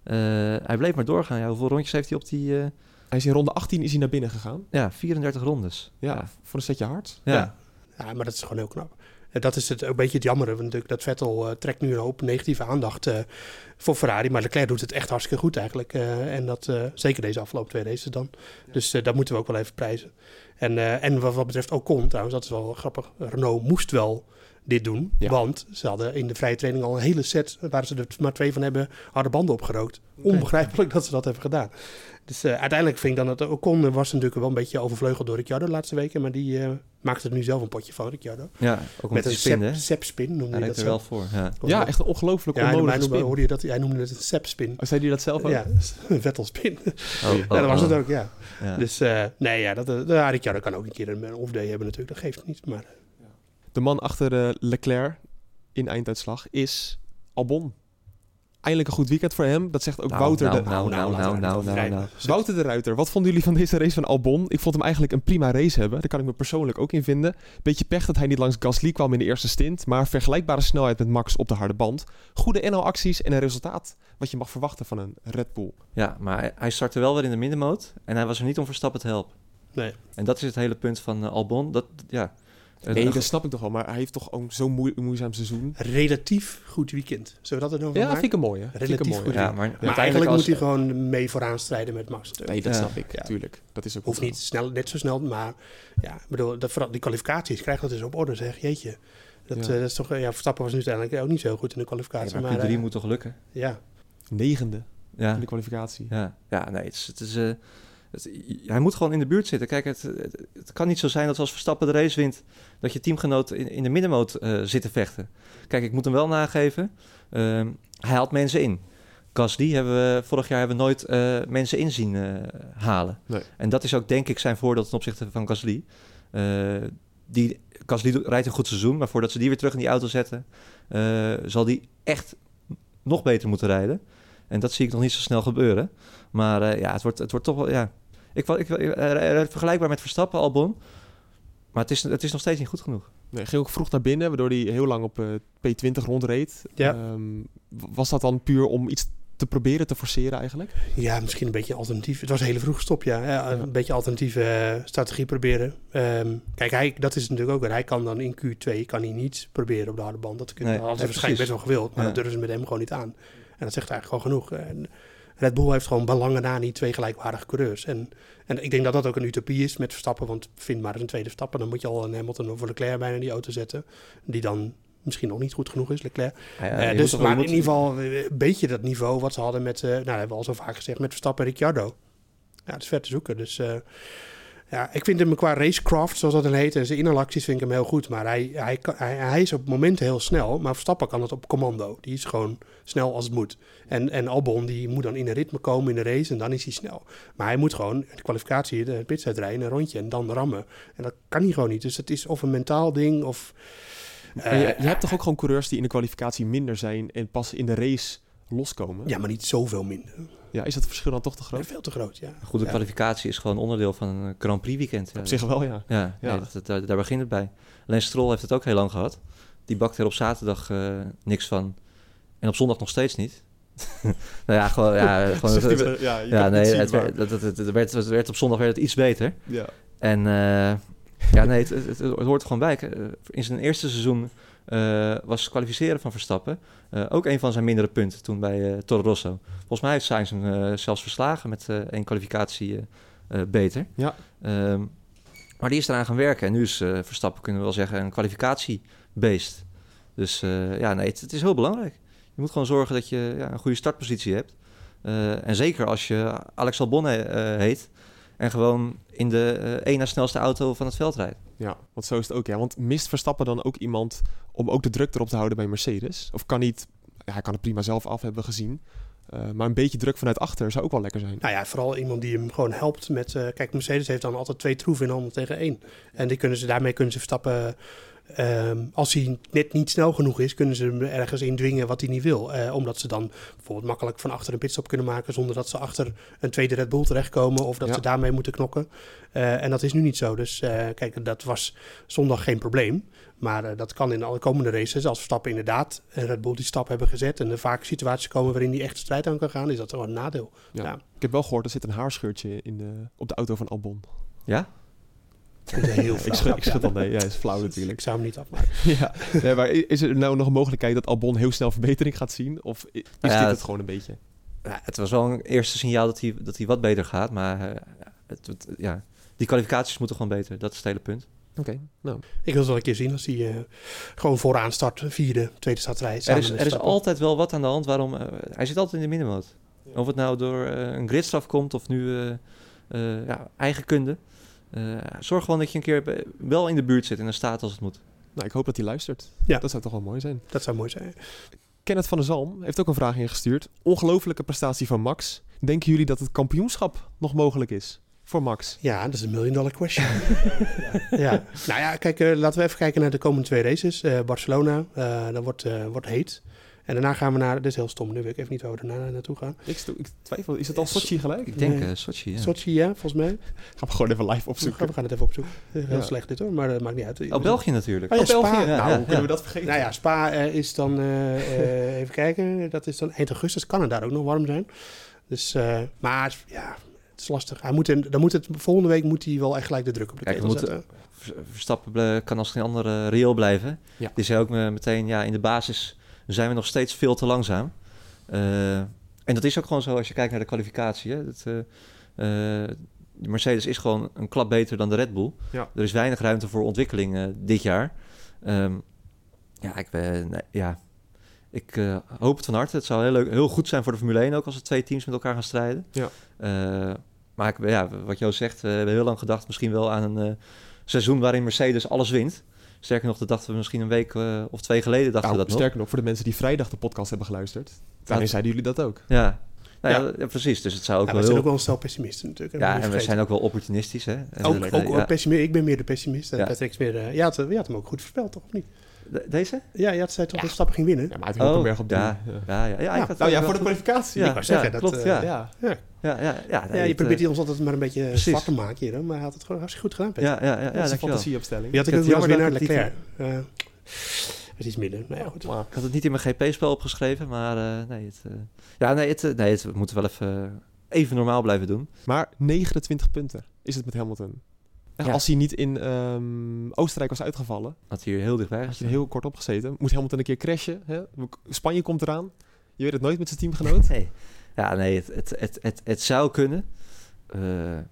S3: hij bleef maar doorgaan. Ja, hoeveel rondjes heeft hij op die... Uh,
S2: Hij is in ronde achttien is hij naar binnen gegaan.
S3: Ja, vierendertig rondes.
S2: Ja, ja. Voor een setje hard.
S3: Ja.
S4: Ja. ja, maar dat is gewoon heel knap. En dat is het, ook een beetje het jammere. Natuurlijk dat Vettel uh, trekt nu een hoop negatieve aandacht uh, voor Ferrari. Maar Leclerc doet het echt hartstikke goed eigenlijk. Uh, en dat uh, zeker deze afgelopen twee races dan. Ja. Dus uh, dat moeten we ook wel even prijzen. En, uh, en wat, wat betreft Ocon trouwens, dat is wel grappig. Renault moest wel dit doen. Ja. Want ze hadden in de vrije training al een hele set... waar ze er maar twee van hebben, harde banden opgerookt. Okay. Onbegrijpelijk dat ze dat hebben gedaan. Dus uh, uiteindelijk vind ik dan dat Ocon was natuurlijk wel een beetje overvleugeld door Ricciardo de laatste weken. Maar die uh, maakte er nu zelf een potje van, Ricciardo.
S3: Ja, ook
S4: met een
S3: spin,
S4: sep-spin noemde hij dat
S3: er
S4: zo.
S3: wel voor. Ja,
S2: ja echt een ongelooflijk
S4: ja,
S2: onnodige
S4: spin. Hoorde je dat? Hij noemde het een sep-spin.
S2: Oh, zei hij dat zelf ook?
S4: Ja, een Vettel-spin.
S3: Oh, oh,
S4: ja, dat was
S3: oh.
S4: het ook, ja.
S3: ja.
S4: Dus uh, nee, ja, dat, uh, ja, Ricciardo kan ook een keer een off-day hebben natuurlijk. Dat geeft niet, maar... Uh.
S2: De man achter uh, Leclerc in einduitslag is Albon. Eindelijk een goed weekend voor hem. Dat zegt ook
S3: nou,
S2: Wouter
S3: nou,
S2: de...
S3: Nou, nou, nou, nou, nou, nou.
S2: Wouter de Ruiter, wat vonden jullie van deze race van Albon? Ik vond hem eigenlijk een prima race hebben. Daar kan ik me persoonlijk ook in vinden. Beetje pech dat hij niet langs Gasly kwam in de eerste stint. Maar vergelijkbare snelheid met Max op de harde band. Goede N L-acties en een resultaat wat je mag verwachten van een Red Bull.
S3: Ja, maar hij startte wel weer in de middenmoot. En hij was er niet om Verstappen te helpen.
S4: Nee.
S3: En dat is het hele punt van uh, Albon. Dat, ja...
S2: Nee, dat snap ik toch wel, maar hij heeft toch ook zo'n moe- moeizaam seizoen.
S4: Relatief goed weekend. Zullen we dat er nog van
S2: Ja,
S4: maken?
S2: vind ik een mooie.
S4: Relatief
S2: mooie.
S4: goed
S3: ja,
S4: weekend.
S3: maar,
S4: maar, maar eigenlijk als... moet hij gewoon mee vooraan strijden met Max. Natuurlijk.
S2: Nee, dat
S3: ja.
S2: snap ik,
S4: ja.
S2: tuurlijk. Dat is ook
S4: Hoeft niet snel, net zo snel, maar ja, ik bedoel, dat, die kwalificaties, krijg dat dus op orde, zeg. Jeetje. Dat, ja. uh, dat is toch, ja, Verstappen was nu uiteindelijk ook niet zo goed in de kwalificatie.
S3: Ja, maar Q drie uh, moet toch lukken?
S4: Ja.
S2: Negende
S3: ja.
S2: in de kwalificatie.
S3: Ja, ja nee, het is... Het is uh, Het, hij moet gewoon in de buurt zitten. Kijk, het, het, het kan niet zo zijn dat als Verstappen de race wint, dat je teamgenoot in, in de middenmoot uh, zit te vechten. Kijk, ik moet hem wel nageven. Uh, hij haalt mensen in. Gasly hebben we vorig jaar hebben we nooit uh, mensen in zien uh, halen. Nee. En dat is ook denk ik zijn voordeel ten opzichte van Gasly. Uh, die, Gasly rijdt een goed seizoen, maar voordat ze die weer terug in die auto zetten, uh, zal die echt nog beter moeten rijden. En dat zie ik nog niet zo snel gebeuren. Maar uh, ja, het wordt, het wordt toch wel... Ja, ik, ik, ik, uh, vergelijkbaar met Verstappen, Albon. Maar het is, het is nog steeds niet goed genoeg.
S2: Nee, ging ook vroeg naar binnen, waardoor hij heel lang op uh, P twintig rondreed.
S4: Ja.
S2: Um, was dat dan puur om iets te proberen te forceren eigenlijk?
S4: Ja, misschien een beetje alternatief. Het was een hele vroege stop, ja. ja een ja. beetje alternatieve uh, strategie proberen. Um, kijk, hij, dat is natuurlijk ook... Hij kan dan in Q twee kan hij niet proberen op de harde band. Dat kunnen nee, hadden ze waarschijnlijk best wel gewild. Maar ja. dat durven ze met hem gewoon niet aan. En dat zegt eigenlijk gewoon genoeg. En Red Bull heeft gewoon belangen na niet twee gelijkwaardige coureurs. En, en ik denk dat dat ook een utopie is met Verstappen. Want vind maar eens een tweede Verstappen. Dan moet je al een Hamilton of Leclerc bijna in die auto zetten. Die dan misschien nog niet goed genoeg is, Leclerc. Ja, ja, uh, dus maar in ieder geval een beetje dat niveau wat ze hadden met... Uh, nou, dat hebben we al zo vaak gezegd, met Verstappen en Ricciardo. Ja, dat is ver te zoeken. Dus uh, ja, ik vind hem qua racecraft, zoals dat dan heet, en zijn inhaalacties vind ik hem heel goed. Maar hij, hij, hij, hij is op momenten heel snel, maar Verstappen kan het op commando. Die is gewoon snel als het moet. En, en Albon, die moet dan in een ritme komen in de race en dan is hij snel. Maar hij moet gewoon de kwalificatie, de pits uitrijden, een rondje en dan rammen. En dat kan hij gewoon niet. Dus het is of een mentaal ding of...
S2: Uh, je, je hebt toch ook gewoon coureurs die in de kwalificatie minder zijn en pas in de race loskomen?
S4: Ja, maar niet zoveel minder.
S2: Ja, is dat verschil dan toch te groot?
S4: Ja, veel te groot, ja.
S3: Een goede ja. kwalificatie is gewoon onderdeel van een Grand Prix weekend.
S2: Op zich wel, ja.
S3: Ja, ja. Nee, dat, dat, daar begint het bij. Alleen Stroll heeft het ook heel lang gehad. Die bakte er op zaterdag uh, niks van. En op zondag nog steeds niet. nou ja, gewoon... Ja, gewoon het, het, het, ja, ja nee, het, het, het, het, het, werd, het werd op zondag werd het iets beter.
S2: Ja.
S3: En... Uh, ja, nee, het, het, het, het hoort er gewoon bij. In zijn eerste seizoen uh, was kwalificeren van Verstappen uh, ook een van zijn mindere punten toen bij uh, Toro Rosso. Volgens mij heeft Sainz hem uh, zelfs verslagen met uh, één kwalificatie uh, uh, beter.
S2: Ja.
S3: Um, maar die is eraan gaan werken. En nu is uh, Verstappen, kunnen we wel zeggen, een kwalificatiebeest. Dus uh, ja, nee, het, het is heel belangrijk. Je moet gewoon zorgen dat je ja, een goede startpositie hebt. Uh, en zeker als je Alex Albon uh, heet... En gewoon in de uh, één na snelste auto van het veld rijdt.
S2: Ja, want zo is het ook. Ja. Want mist Verstappen dan ook iemand om ook de druk erop te houden bij Mercedes? Of kan niet... Ja, hij kan het prima zelf af, hebben we gezien. Uh, maar een beetje druk vanuit achter zou ook wel lekker zijn.
S4: Nou ja, vooral iemand die hem gewoon helpt met... Uh, kijk, Mercedes heeft dan altijd twee troeven in handen tegen één. En die kunnen ze, daarmee kunnen ze Verstappen... Um, als hij net niet snel genoeg is, kunnen ze hem ergens in dwingen wat hij niet wil. Uh, omdat ze dan bijvoorbeeld makkelijk van achter een pitstop kunnen maken... zonder dat ze achter een tweede Red Bull terechtkomen... of dat ja. ze daarmee moeten knokken. Uh, en dat is nu niet zo. Dus uh, kijk, dat was zondag geen probleem. Maar uh, dat kan in alle komende races. Als Verstappen inderdaad een Red Bull die stap hebben gezet... en er vaak situaties komen waarin die echt de strijd aan kan gaan... is dat gewoon een nadeel.
S2: Ja.
S4: Ja.
S2: Ik heb wel gehoord, er zit een haarscheurtje in de, op de auto van Albon.
S3: Ja?
S4: Heel flauw.
S2: ik schud, ik schud al nee, ja, is flauw natuurlijk.
S4: Ik zou hem niet afmaken.
S2: ja, nee, maar is er nou nog een mogelijkheid dat Albon heel snel verbetering gaat zien? Of is ja, dit het, het gewoon een beetje?
S3: Ja, het was wel een eerste signaal dat hij, dat hij wat beter gaat, maar uh, het, het, ja, die kwalificaties moeten gewoon beter. Dat is het hele punt.
S2: Oké, okay, nou.
S4: Ik wil het wel een keer zien als hij uh, gewoon vooraan start, vierde, tweede startrij.
S3: Er is, er is altijd wel wat aan de hand waarom... Uh, hij zit altijd in de middenmoot. Of het nou door uh, een gridstraf komt of nu uh, uh, ja, eigen kunde. Uh, zorg gewoon dat je een keer wel in de buurt zit en er staat als het moet.
S2: Nou, ik hoop dat hij luistert.
S4: Ja.
S2: Dat zou toch wel mooi zijn.
S4: Dat zou mooi zijn.
S2: Kenneth van der Zalm heeft ook een vraag ingestuurd. Ongelofelijke prestatie van Max. Denken jullie dat het kampioenschap nog mogelijk is voor Max?
S4: Ja, dat is een million dollar question. ja. ja. Nou ja, kijk, uh, laten we even kijken naar de komende twee races. Uh, Barcelona, uh, dat wordt, uh, wordt heet. En daarna gaan we naar... Dit is heel stom, nu weet ik even niet waar we daarna naartoe gaan.
S2: Ik, sto- ik twijfel, is het al Sochi gelijk?
S3: Ik denk nee. uh, Sochi, ja.
S4: Sochi, ja, volgens mij.
S2: Gaan we gewoon even live opzoeken.
S4: We gaan het even opzoeken. Heel ja. slecht dit hoor, maar dat maakt niet uit.
S3: Oh, België natuurlijk.
S4: Oh, ja,
S2: oh,
S4: Spa.
S2: België. Ja,
S4: nou,
S2: ja, hoe kunnen ja. we dat vergeten?
S4: Nou ja, Spa uh, is dan... Uh, uh, even kijken, dat is dan eind augustus. Kan het daar ook nog warm zijn. Dus, uh, maar ja... Het is lastig. Hij moet in, dan moet het, volgende week moet hij wel echt gelijk de druk op de ketel zetten.
S3: Verstappen kan als geen andere reëel blijven. Ja. Die zei ook meteen, ja, in de basis zijn we nog steeds veel te langzaam. Uh, en dat is ook gewoon zo als je kijkt naar de kwalificatie. Hè. Dat, uh, uh, de Mercedes is gewoon een klap beter dan de Red Bull.
S2: Ja.
S3: Er is weinig ruimte voor ontwikkeling uh, dit jaar. Um, ja, ik, uh, nee, ja, ik uh, hoop het van harte. Het zou heel, leuk, heel goed zijn voor de Formule één ook als er twee teams met elkaar gaan strijden.
S2: Ja.
S3: Uh, maar ik, ja, wat Joost zegt, we hebben heel lang gedacht misschien wel aan een uh, seizoen waarin Mercedes alles wint. Sterker nog, dat dachten we misschien een week uh, of twee geleden dachten
S2: nou,
S3: we dat
S2: sterker
S3: nog.
S2: nog, voor de mensen die vrijdag de podcast hebben geluisterd. Daarin
S3: dat,
S2: zeiden jullie dat ook.
S3: Ja, nou ja.
S4: Ja.
S3: ja, precies. Dus het zou ook
S4: ja,
S3: wel
S4: we zijn
S3: heel...
S4: ook wel een stel pessimisten natuurlijk.
S3: Ja, en we zijn ook wel opportunistisch. Hè? En
S4: ook
S3: uh,
S4: ook
S3: ja.
S4: pessimist. Ik ben meer de pessimist. En
S3: Ja.
S4: Patrick is meer de... Je had, je had hem ook goed voorspeld, toch? Of niet?
S3: De, deze?
S4: Ja, je had zei toch dat Verstappen ging winnen?
S2: Ja, maar uit Hulkenberg
S3: oh,
S2: op drie.
S3: ja, ja, ja, ja, ja,
S2: ja.
S3: ik had
S2: Nou ja,
S3: wel
S2: voor de
S3: goed.
S2: kwalificatie.
S3: Ja,
S4: ik wou zeggen,
S3: ja,
S4: dat...
S3: klopt,
S4: uh,
S3: ja.
S4: ja.
S3: Ja, ja, ja, ja, nee,
S4: ja, je
S3: het,
S4: probeert
S3: uh,
S4: ons altijd maar een beetje
S3: precies.
S4: zwart te maken hier, maar hij had het gewoon hartstikke goed gedaan, Patrick.
S3: Ja, ja, ja, ja,
S2: Dat is een
S3: dankjewel.
S2: fantasieopstelling.
S4: Die had ik
S3: Ik
S4: ook
S3: vind
S4: wel
S3: het
S4: eens weer naar
S3: jammer dat
S4: Leclerc. Uh, het is iets minder. Nou ja, goed.
S2: Maar,
S3: Ik had het niet in mijn G P-spel opgeschreven, maar uh, nee, het, uh, ja, nee, het, uh, nee, het, we moeten wel even, uh, even normaal blijven doen.
S2: maar negenentwintig punten is het met Hamilton.
S3: Ja.
S2: Als hij niet in um, Oostenrijk was uitgevallen,
S3: Had hij hier heel dichtbij
S2: had je
S3: gestaan.
S2: er heel kort op gezeten. Moet Hamilton een keer crashen. Hè? Spanje komt eraan. Je weet het nooit met zijn teamgenoot.
S3: Nee. Ja, nee, het, het, het, het, het zou kunnen. Uh,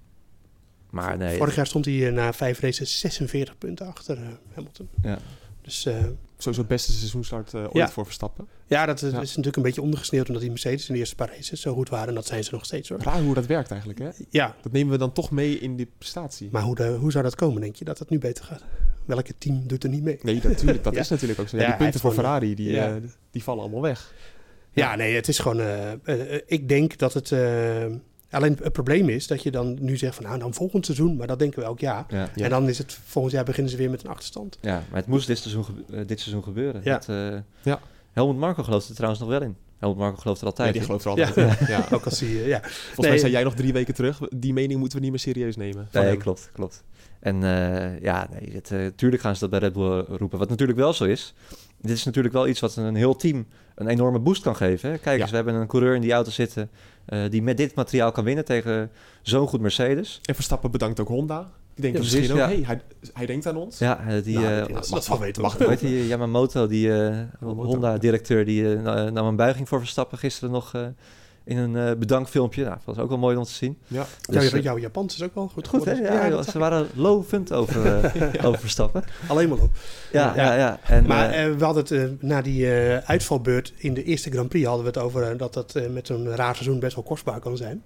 S3: maar nee.
S4: Vorig jaar stond hij uh, na vijf races zesenveertig punten achter uh, Hamilton.
S3: Ja.
S4: Dus uh,
S2: Sowieso het beste seizoenstart uh, ooit
S4: Ja.
S2: voor Verstappen.
S4: ja, dat is,
S2: Ja.
S4: is natuurlijk een beetje ondergesneeuwd omdat die Mercedes in de eerste paar races zo goed waren. En dat zijn ze nog steeds hoor.
S2: Raar hoe dat werkt eigenlijk, hè?
S4: Ja,
S2: Dat nemen we dan toch mee in die prestatie.
S4: maar hoe, de, hoe zou dat komen, denk je, dat het nu beter gaat? Welke team doet er niet mee?
S2: Nee, natuurlijk, dat
S4: Ja.
S2: is natuurlijk ook zo. Ja,
S4: Ja,
S2: die
S4: hij
S2: punten voor
S4: heeft gewoon-
S2: Ferrari, die,
S4: ja.
S2: uh, die vallen allemaal weg.
S4: Ja, nee, het is gewoon... Uh, uh, ik denk dat het... Uh, alleen het probleem is dat je dan nu zegt van... nou, dan volgend seizoen, maar dat denken we elk jaar.
S3: Ja.
S2: Ja.
S4: En dan is het volgend jaar beginnen ze weer met een achterstand.
S3: ja, maar het moest dit seizoen, gebe- uh, dit seizoen gebeuren.
S4: Ja.
S3: Dat, uh,
S2: Ja.
S3: Helmut Marko gelooft er trouwens nog wel in. Helmut Marko gelooft er altijd
S2: Ja, die
S3: in.
S2: gelooft er altijd in. Ja.
S4: Ook als hij... Uh, ja.
S2: Volgens
S4: Nee,
S2: mij zei jij nog drie weken terug, die mening moeten we niet meer serieus nemen. Van
S3: Nee,
S2: hem.
S3: klopt, klopt. En uh, ja, nee, het, uh, tuurlijk gaan ze dat bij Red Bull roepen. Wat natuurlijk wel zo is, dit is natuurlijk wel iets wat een heel team een enorme boost kan geven. Hè? Kijk
S2: Ja.
S3: eens, we hebben een coureur in die auto zitten uh, die met dit materiaal kan winnen tegen zo'n goed Mercedes.
S2: En Verstappen bedankt ook Honda. Ik denk
S3: Ja,
S2: misschien
S3: precies,
S2: ook,
S3: ja.
S2: hey, hij, hij denkt aan ons.
S3: Ja, uh, die...
S4: Nou,
S3: uh,
S4: dat- dat
S2: wacht,
S4: wel weten
S2: wacht,
S4: we.
S3: Hoe heet die? Yamamoto, die uh,
S2: Yamamoto,
S3: Honda-directeur, die uh, na- nam een buiging voor Verstappen gisteren nog uh, in een uh, bedankfilmpje. Nou, dat was ook wel mooi om te zien.
S2: Ja.
S4: Jouw,
S3: Dus, uh,
S4: jouw Japans is ook wel goed
S3: goed, hè?
S4: geworden.
S3: Ja,
S4: dat
S3: ze
S4: zag
S3: waren lovend over, uh,
S2: Ja.
S3: over Verstappen.
S4: ik. Alleen maar op.
S3: Ja,
S4: Ja.
S3: ja, ja. En,
S4: Maar
S3: uh,
S4: uh, we hadden het uh, na die uh, uitvalbeurt in de eerste Grand Prix... hadden we het over uh, dat dat uh, met zo'n raar seizoen best wel kostbaar kan zijn.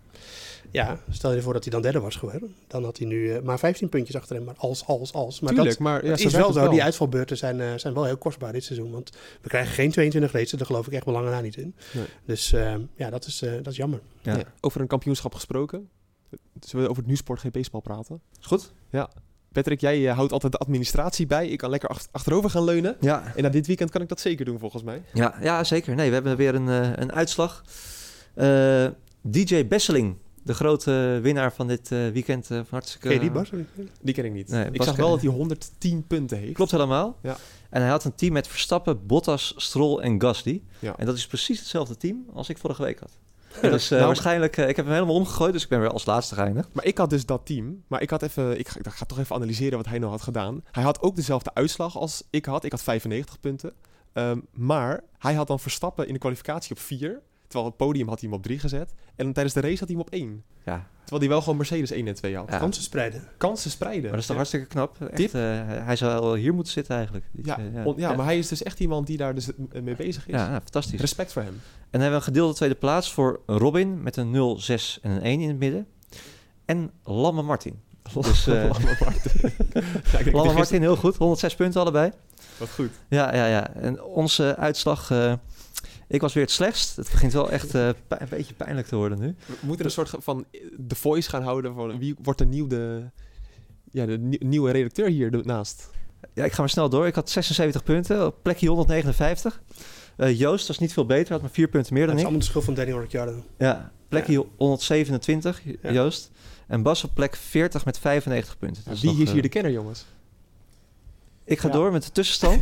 S4: Ja, stel je voor dat hij dan derde was geworden. Dan had hij nu uh, maar vijftien puntjes achter hem. Maar als, als, als. Maar
S2: Tuurlijk,
S4: dat
S2: maar ja,
S4: het
S2: zo
S4: is
S2: werkt
S4: wel
S2: het
S4: zo. Die uitvalbeurten zijn, uh, zijn wel heel kostbaar dit seizoen. Want we krijgen geen tweeëntwintig races. Daar geloof ik echt wel langer na niet in.
S2: Nee.
S4: Dus uh, ja, dat is, uh, dat is jammer.
S3: ja.
S2: Ja. Over een kampioenschap gesproken. Zullen we over het NuSport G P-spel praten?
S3: Is goed?
S2: Patrick, jij uh, houdt altijd de administratie bij. Ik kan lekker ach- achterover gaan leunen.
S3: Ja.
S2: En na dit weekend kan ik dat zeker doen, volgens mij.
S3: Ja, ja, zeker. Nee, we hebben weer een, uh, een uitslag. Uh, D J Besseling, de grote winnaar van dit uh, weekend. Uh, van hartstikke...
S4: Ken je die, Bas?
S2: Die ken ik niet.
S3: Nee,
S2: ik
S3: Bas
S2: zag
S3: ken
S2: wel
S3: ik.
S2: dat hij honderdtien punten heeft.
S3: Klopt helemaal.
S2: Ja.
S3: En hij had een team met Verstappen, Bottas, Stroll en Gasly.
S2: Ja.
S3: En dat is precies hetzelfde team als ik vorige week had. Dus uh,
S2: Nou,
S3: waarschijnlijk, uh, ik heb hem helemaal omgegooid, dus ik ben weer als laatste geëindigd.
S2: Maar ik had dus dat team. Maar ik had even, ik ga, ik ga toch even analyseren wat hij nou had gedaan. Hij had ook dezelfde uitslag als ik had. Ik had vijfennegentig punten. Um, maar hij had dan Verstappen in de kwalificatie op vier. Terwijl het podium had hij hem op drie gezet. En tijdens de race had hij hem op één.
S3: Ja,
S2: Terwijl hij wel gewoon Mercedes één en twee had.
S3: Ja.
S4: Kansen spreiden.
S2: Kansen spreiden.
S3: maar dat is toch
S2: Ja.
S3: hartstikke knap. Echt,
S2: Tip.
S3: uh, hij zou wel hier moeten zitten eigenlijk.
S2: Ja,
S3: Uh,
S2: on- ja, maar hij is dus echt iemand die daar dus mee bezig is.
S3: Ja, nou, fantastisch.
S2: Respect voor hem.
S3: En dan hebben we een gedeelde tweede plaats voor Robin met een nul, zes en een één in het midden. En Lamme Martin. Dus, uh,
S2: Lamme Martin. Ja, ik denk,
S3: Lamme
S2: die
S3: Martin, heel goed. honderdzes punten allebei.
S2: Wat goed.
S3: Ja, ja, ja. En onze uitslag... Uh, ik was weer het slechtst. Het begint wel echt uh, pij- een beetje pijnlijk te worden nu.
S2: We moeten een soort van The Voice gaan houden. Van wie wordt de nieuwe, ja, de nie- nieuwe redacteur hier naast?
S3: Ja, ik ga maar snel door. Ik had zesenzeventig punten. Op plekje honderdnegenenvijftig. Uh, Joost was niet veel beter. Had maar vier punten meer
S4: Dat
S3: dan
S4: is
S3: ik.
S4: allemaal de schuld van Daniel Ricciardo.
S3: Ja, plekje
S4: Ja.
S3: honderdzevenentwintig,
S4: Ja.
S3: Joost. En Bas op plek veertig met vijfennegentig punten. Dat is
S2: Wie
S3: nog,
S2: is
S3: uh,
S2: hier de kenner, jongens?
S3: Ik ga
S2: Ja.
S3: door met de tussenstand.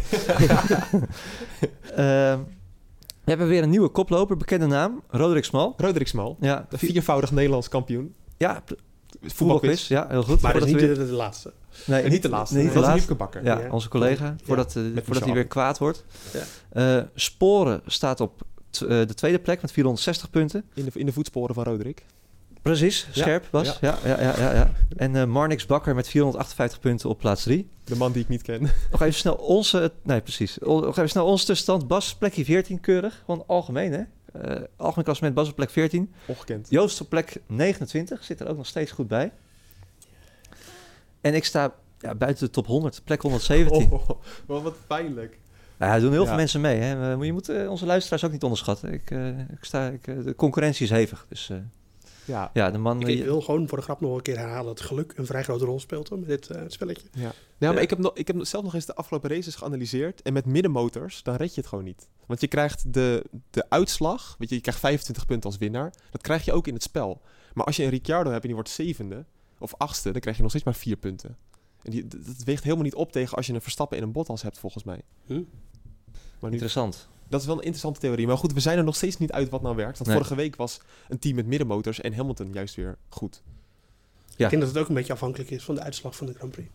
S3: uh, we hebben weer een nieuwe koploper, bekende naam. Roderick Smal.
S2: Roderick Smal.
S3: Ja,
S2: De
S3: vi-
S2: viervoudig Nederlands kampioen.
S3: ja, p-
S2: Voetbalquiz.
S3: voetbalquiz. Ja, heel goed.
S4: Maar dat is
S3: Voordat
S4: niet
S3: we
S4: de, de laatste.
S3: weer- nee,
S2: Niet de laatste.
S3: Nee,
S2: dat
S3: niet de
S2: is
S3: laatste.
S2: Hiepke Bakker.
S3: Ja,
S4: Ja.
S3: onze collega. Voordat, uh, voordat
S2: Michel
S3: hij weer kwaad wordt.
S4: Ja.
S3: Uh, Sporen staat op t- uh, de tweede plek met vierhonderdzestig punten.
S2: In de, in de voetsporen van Roderick.
S3: Precies,
S2: Ja,
S3: scherp was.
S2: ja.
S3: Ja. Ja, ja, ja, ja. En uh, Marnix Bakker met vierhonderdachtenvijftig punten op plaats drie.
S2: De man die ik niet ken.
S3: Nog even snel onze... Nee, precies. O- Nog even snel onze tussenstand. Bas, plekje veertien, keurig. Gewoon algemeen, hè? Uh, algemeen klassement Bas op plek veertien.
S2: Ongekend.
S3: Joost op plek negenentwintig. Zit er ook nog steeds goed bij. En ik sta ja, buiten de top honderd. Plek honderdzeventien.
S2: Oh, oh, oh, wat pijnlijk.
S3: Ja, er doen heel
S2: ja.
S3: veel mensen mee. Hè. Je moet uh, onze luisteraars ook niet onderschatten. Ik, uh, ik sta, ik, uh, de concurrentie is hevig. Dus uh,
S2: ja.
S3: ja, de man...
S4: Ik, ik wil gewoon voor de grap nog een keer herhalen dat geluk een vrij grote rol speelt hoor, met dit uh, spelletje.
S2: Ja, ja, maar ik heb, nog, ik heb zelf nog eens de afgelopen races geanalyseerd. En met middenmotors, dan red je het gewoon niet. Want je krijgt de, de uitslag, weet je, je krijgt vijfentwintig punten als winnaar. Dat krijg je ook in het spel. Maar als je een Ricciardo hebt en die wordt zevende of achtste, dan krijg je nog steeds maar vier punten. En die, dat weegt helemaal niet op tegen als je een Verstappen en een Bottas hebt, volgens mij.
S4: Hm?
S3: Maar nu, Interessant.
S2: Dat is wel een interessante theorie. Maar goed, we zijn er nog steeds niet uit wat nou werkt. Want
S3: nee.
S2: vorige week was een team met middenmotors en Hamilton juist weer goed.
S4: Ja. Ik denk dat het ook een beetje afhankelijk is van de uitslag van de Grand Prix.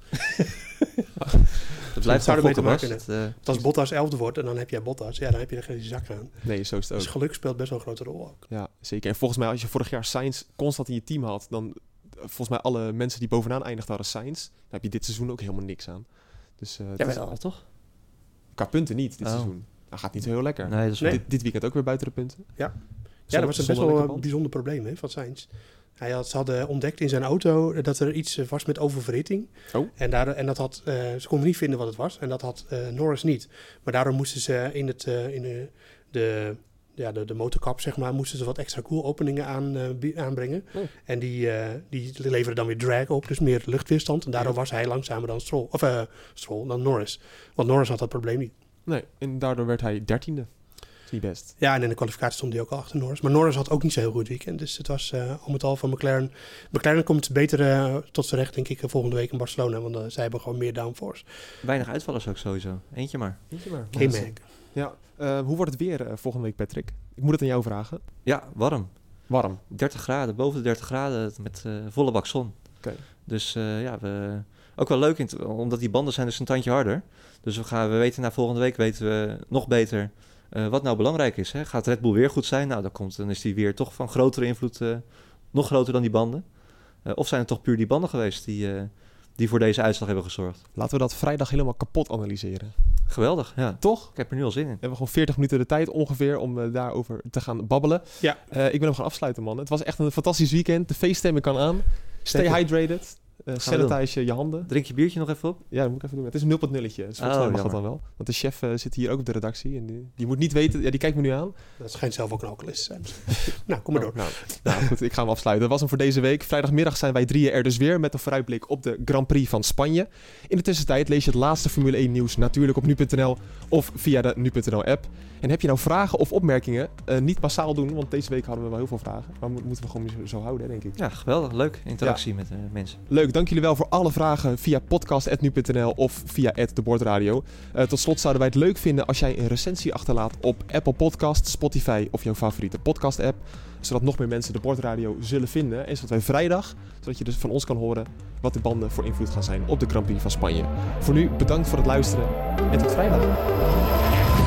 S3: Het blijft
S4: zou ermee te
S3: maken.
S4: maken. Uh, als Bottas elfde wordt en dan heb jij Bottas, ja, dan heb je er geen zak aan.
S2: Nee, zo is het ook.
S4: Dus geluk speelt best wel een grote rol ook.
S2: Ja, zeker. En volgens mij, als je vorig jaar Sainz constant in je team had, dan volgens mij alle mensen die bovenaan eindigden waren Sainz. Dan heb je dit seizoen ook helemaal niks aan. Dus, uh,
S3: ja, wel, toch?
S2: Qua punten niet, dit
S3: oh.
S2: seizoen. Dat gaat niet zo heel lekker.
S3: Nee, dat is
S2: nee. Dit, dit weekend ook weer buiten de punten.
S4: Ja, ja dat was een best wel een bijzonder probleem hè, van Sainz. Hij had, ze hadden ontdekt in zijn auto dat er iets was met oververhitting.
S2: Oh.
S4: En, daar, en dat had, uh, ze konden niet vinden wat het was. En dat had uh, Norris niet. Maar daardoor moesten ze in, het, uh, in de, de, ja, de, de motorkap, zeg maar, moesten ze wat extra koelopeningen aan, uh, aanbrengen. Oh. En die, uh, die leverden dan weer drag op, dus meer luchtweerstand. En daardoor ja. was hij langzamer dan Stroll, of uh, Stroll, dan Norris. Want Norris had dat probleem niet.
S2: Nee, en daardoor werd hij dertiende. Niet best.
S4: Ja, en in de kwalificatie stond hij ook al achter Norris. Maar Norris had ook niet zo heel goed weekend. Dus het was uh, om het al van McLaren. McLaren komt beter uh, tot z'n recht, denk ik, volgende week in Barcelona. Want uh, zij hebben gewoon meer downforce.
S3: Weinig uitvallers ook sowieso. Eentje maar.
S2: Eentje maar.
S4: K-Mag.
S2: Ja. Uh, hoe wordt het weer uh, volgende week, Patrick? Ik moet het aan jou vragen.
S3: Ja, warm.
S2: Warm.
S3: dertig graden, boven de dertig graden met uh, volle bak zon.
S2: Okay.
S3: Dus uh, ja, we... ook wel leuk, in t- omdat die banden zijn dus een tandje harder. Dus we, gaan, we weten na volgende week weten we nog beter... Uh, wat nou belangrijk is, hè? Gaat Red Bull weer goed zijn? Nou, dan, komt, dan is die weer toch van grotere invloed, uh, nog groter dan die banden. Uh, of zijn het toch puur die banden geweest die, uh, die voor deze uitslag hebben gezorgd?
S2: Laten we dat vrijdag helemaal kapot analyseren.
S3: Geweldig, ja.
S2: Toch?
S3: Ik heb er nu al zin in. We
S2: hebben gewoon veertig minuten de tijd ongeveer om uh, daarover te gaan babbelen.
S4: Ja.
S2: Uh, ik ben hem gaan afsluiten, man. Het was echt een fantastisch weekend. De feeststemming kan aan. Stay Zeker. hydrated. Uh, sanitize je handen.
S3: Drink je biertje nog even op?
S2: Ja, dat moet ik even doen. Het is een nul punt nul. Dus volgens mij mag dat dan wel. Want de chef uh, zit hier ook op de redactie. En die, die moet niet weten... Ja, die kijkt me nu aan.
S4: Dat schijnt zelf ook een alcoholist te zijn. nou, kom maar door.
S2: Oh, nou, nou goed, ik ga hem afsluiten. Dat was hem voor deze week. Vrijdagmiddag zijn wij drieën er dus weer met een vooruitblik op de Grand Prix van Spanje. In de tussentijd lees je het laatste Formule één nieuws natuurlijk op nu punt n l of via de nu punt n l app. En heb je nou vragen of opmerkingen, uh, niet massaal doen, want deze week hadden we wel heel veel vragen. Maar mo- moeten we gewoon zo, zo houden, denk ik.
S3: Ja, geweldig. Leuk. Interactie
S2: ja.
S3: met uh, mensen.
S2: Leuk, dank jullie wel voor alle vragen via podcast punt nu punt n l of via de bordradio. Uh, tot slot zouden wij het leuk vinden als jij een recensie achterlaat op Apple Podcasts, Spotify of jouw favoriete podcast app. Zodat nog meer mensen de bordradio zullen vinden. En zodat wij vrijdag, zodat je dus van ons kan horen wat de banden voor invloed gaan zijn op de Grand Prix van Spanje. Voor nu bedankt voor het luisteren en tot vrijdag.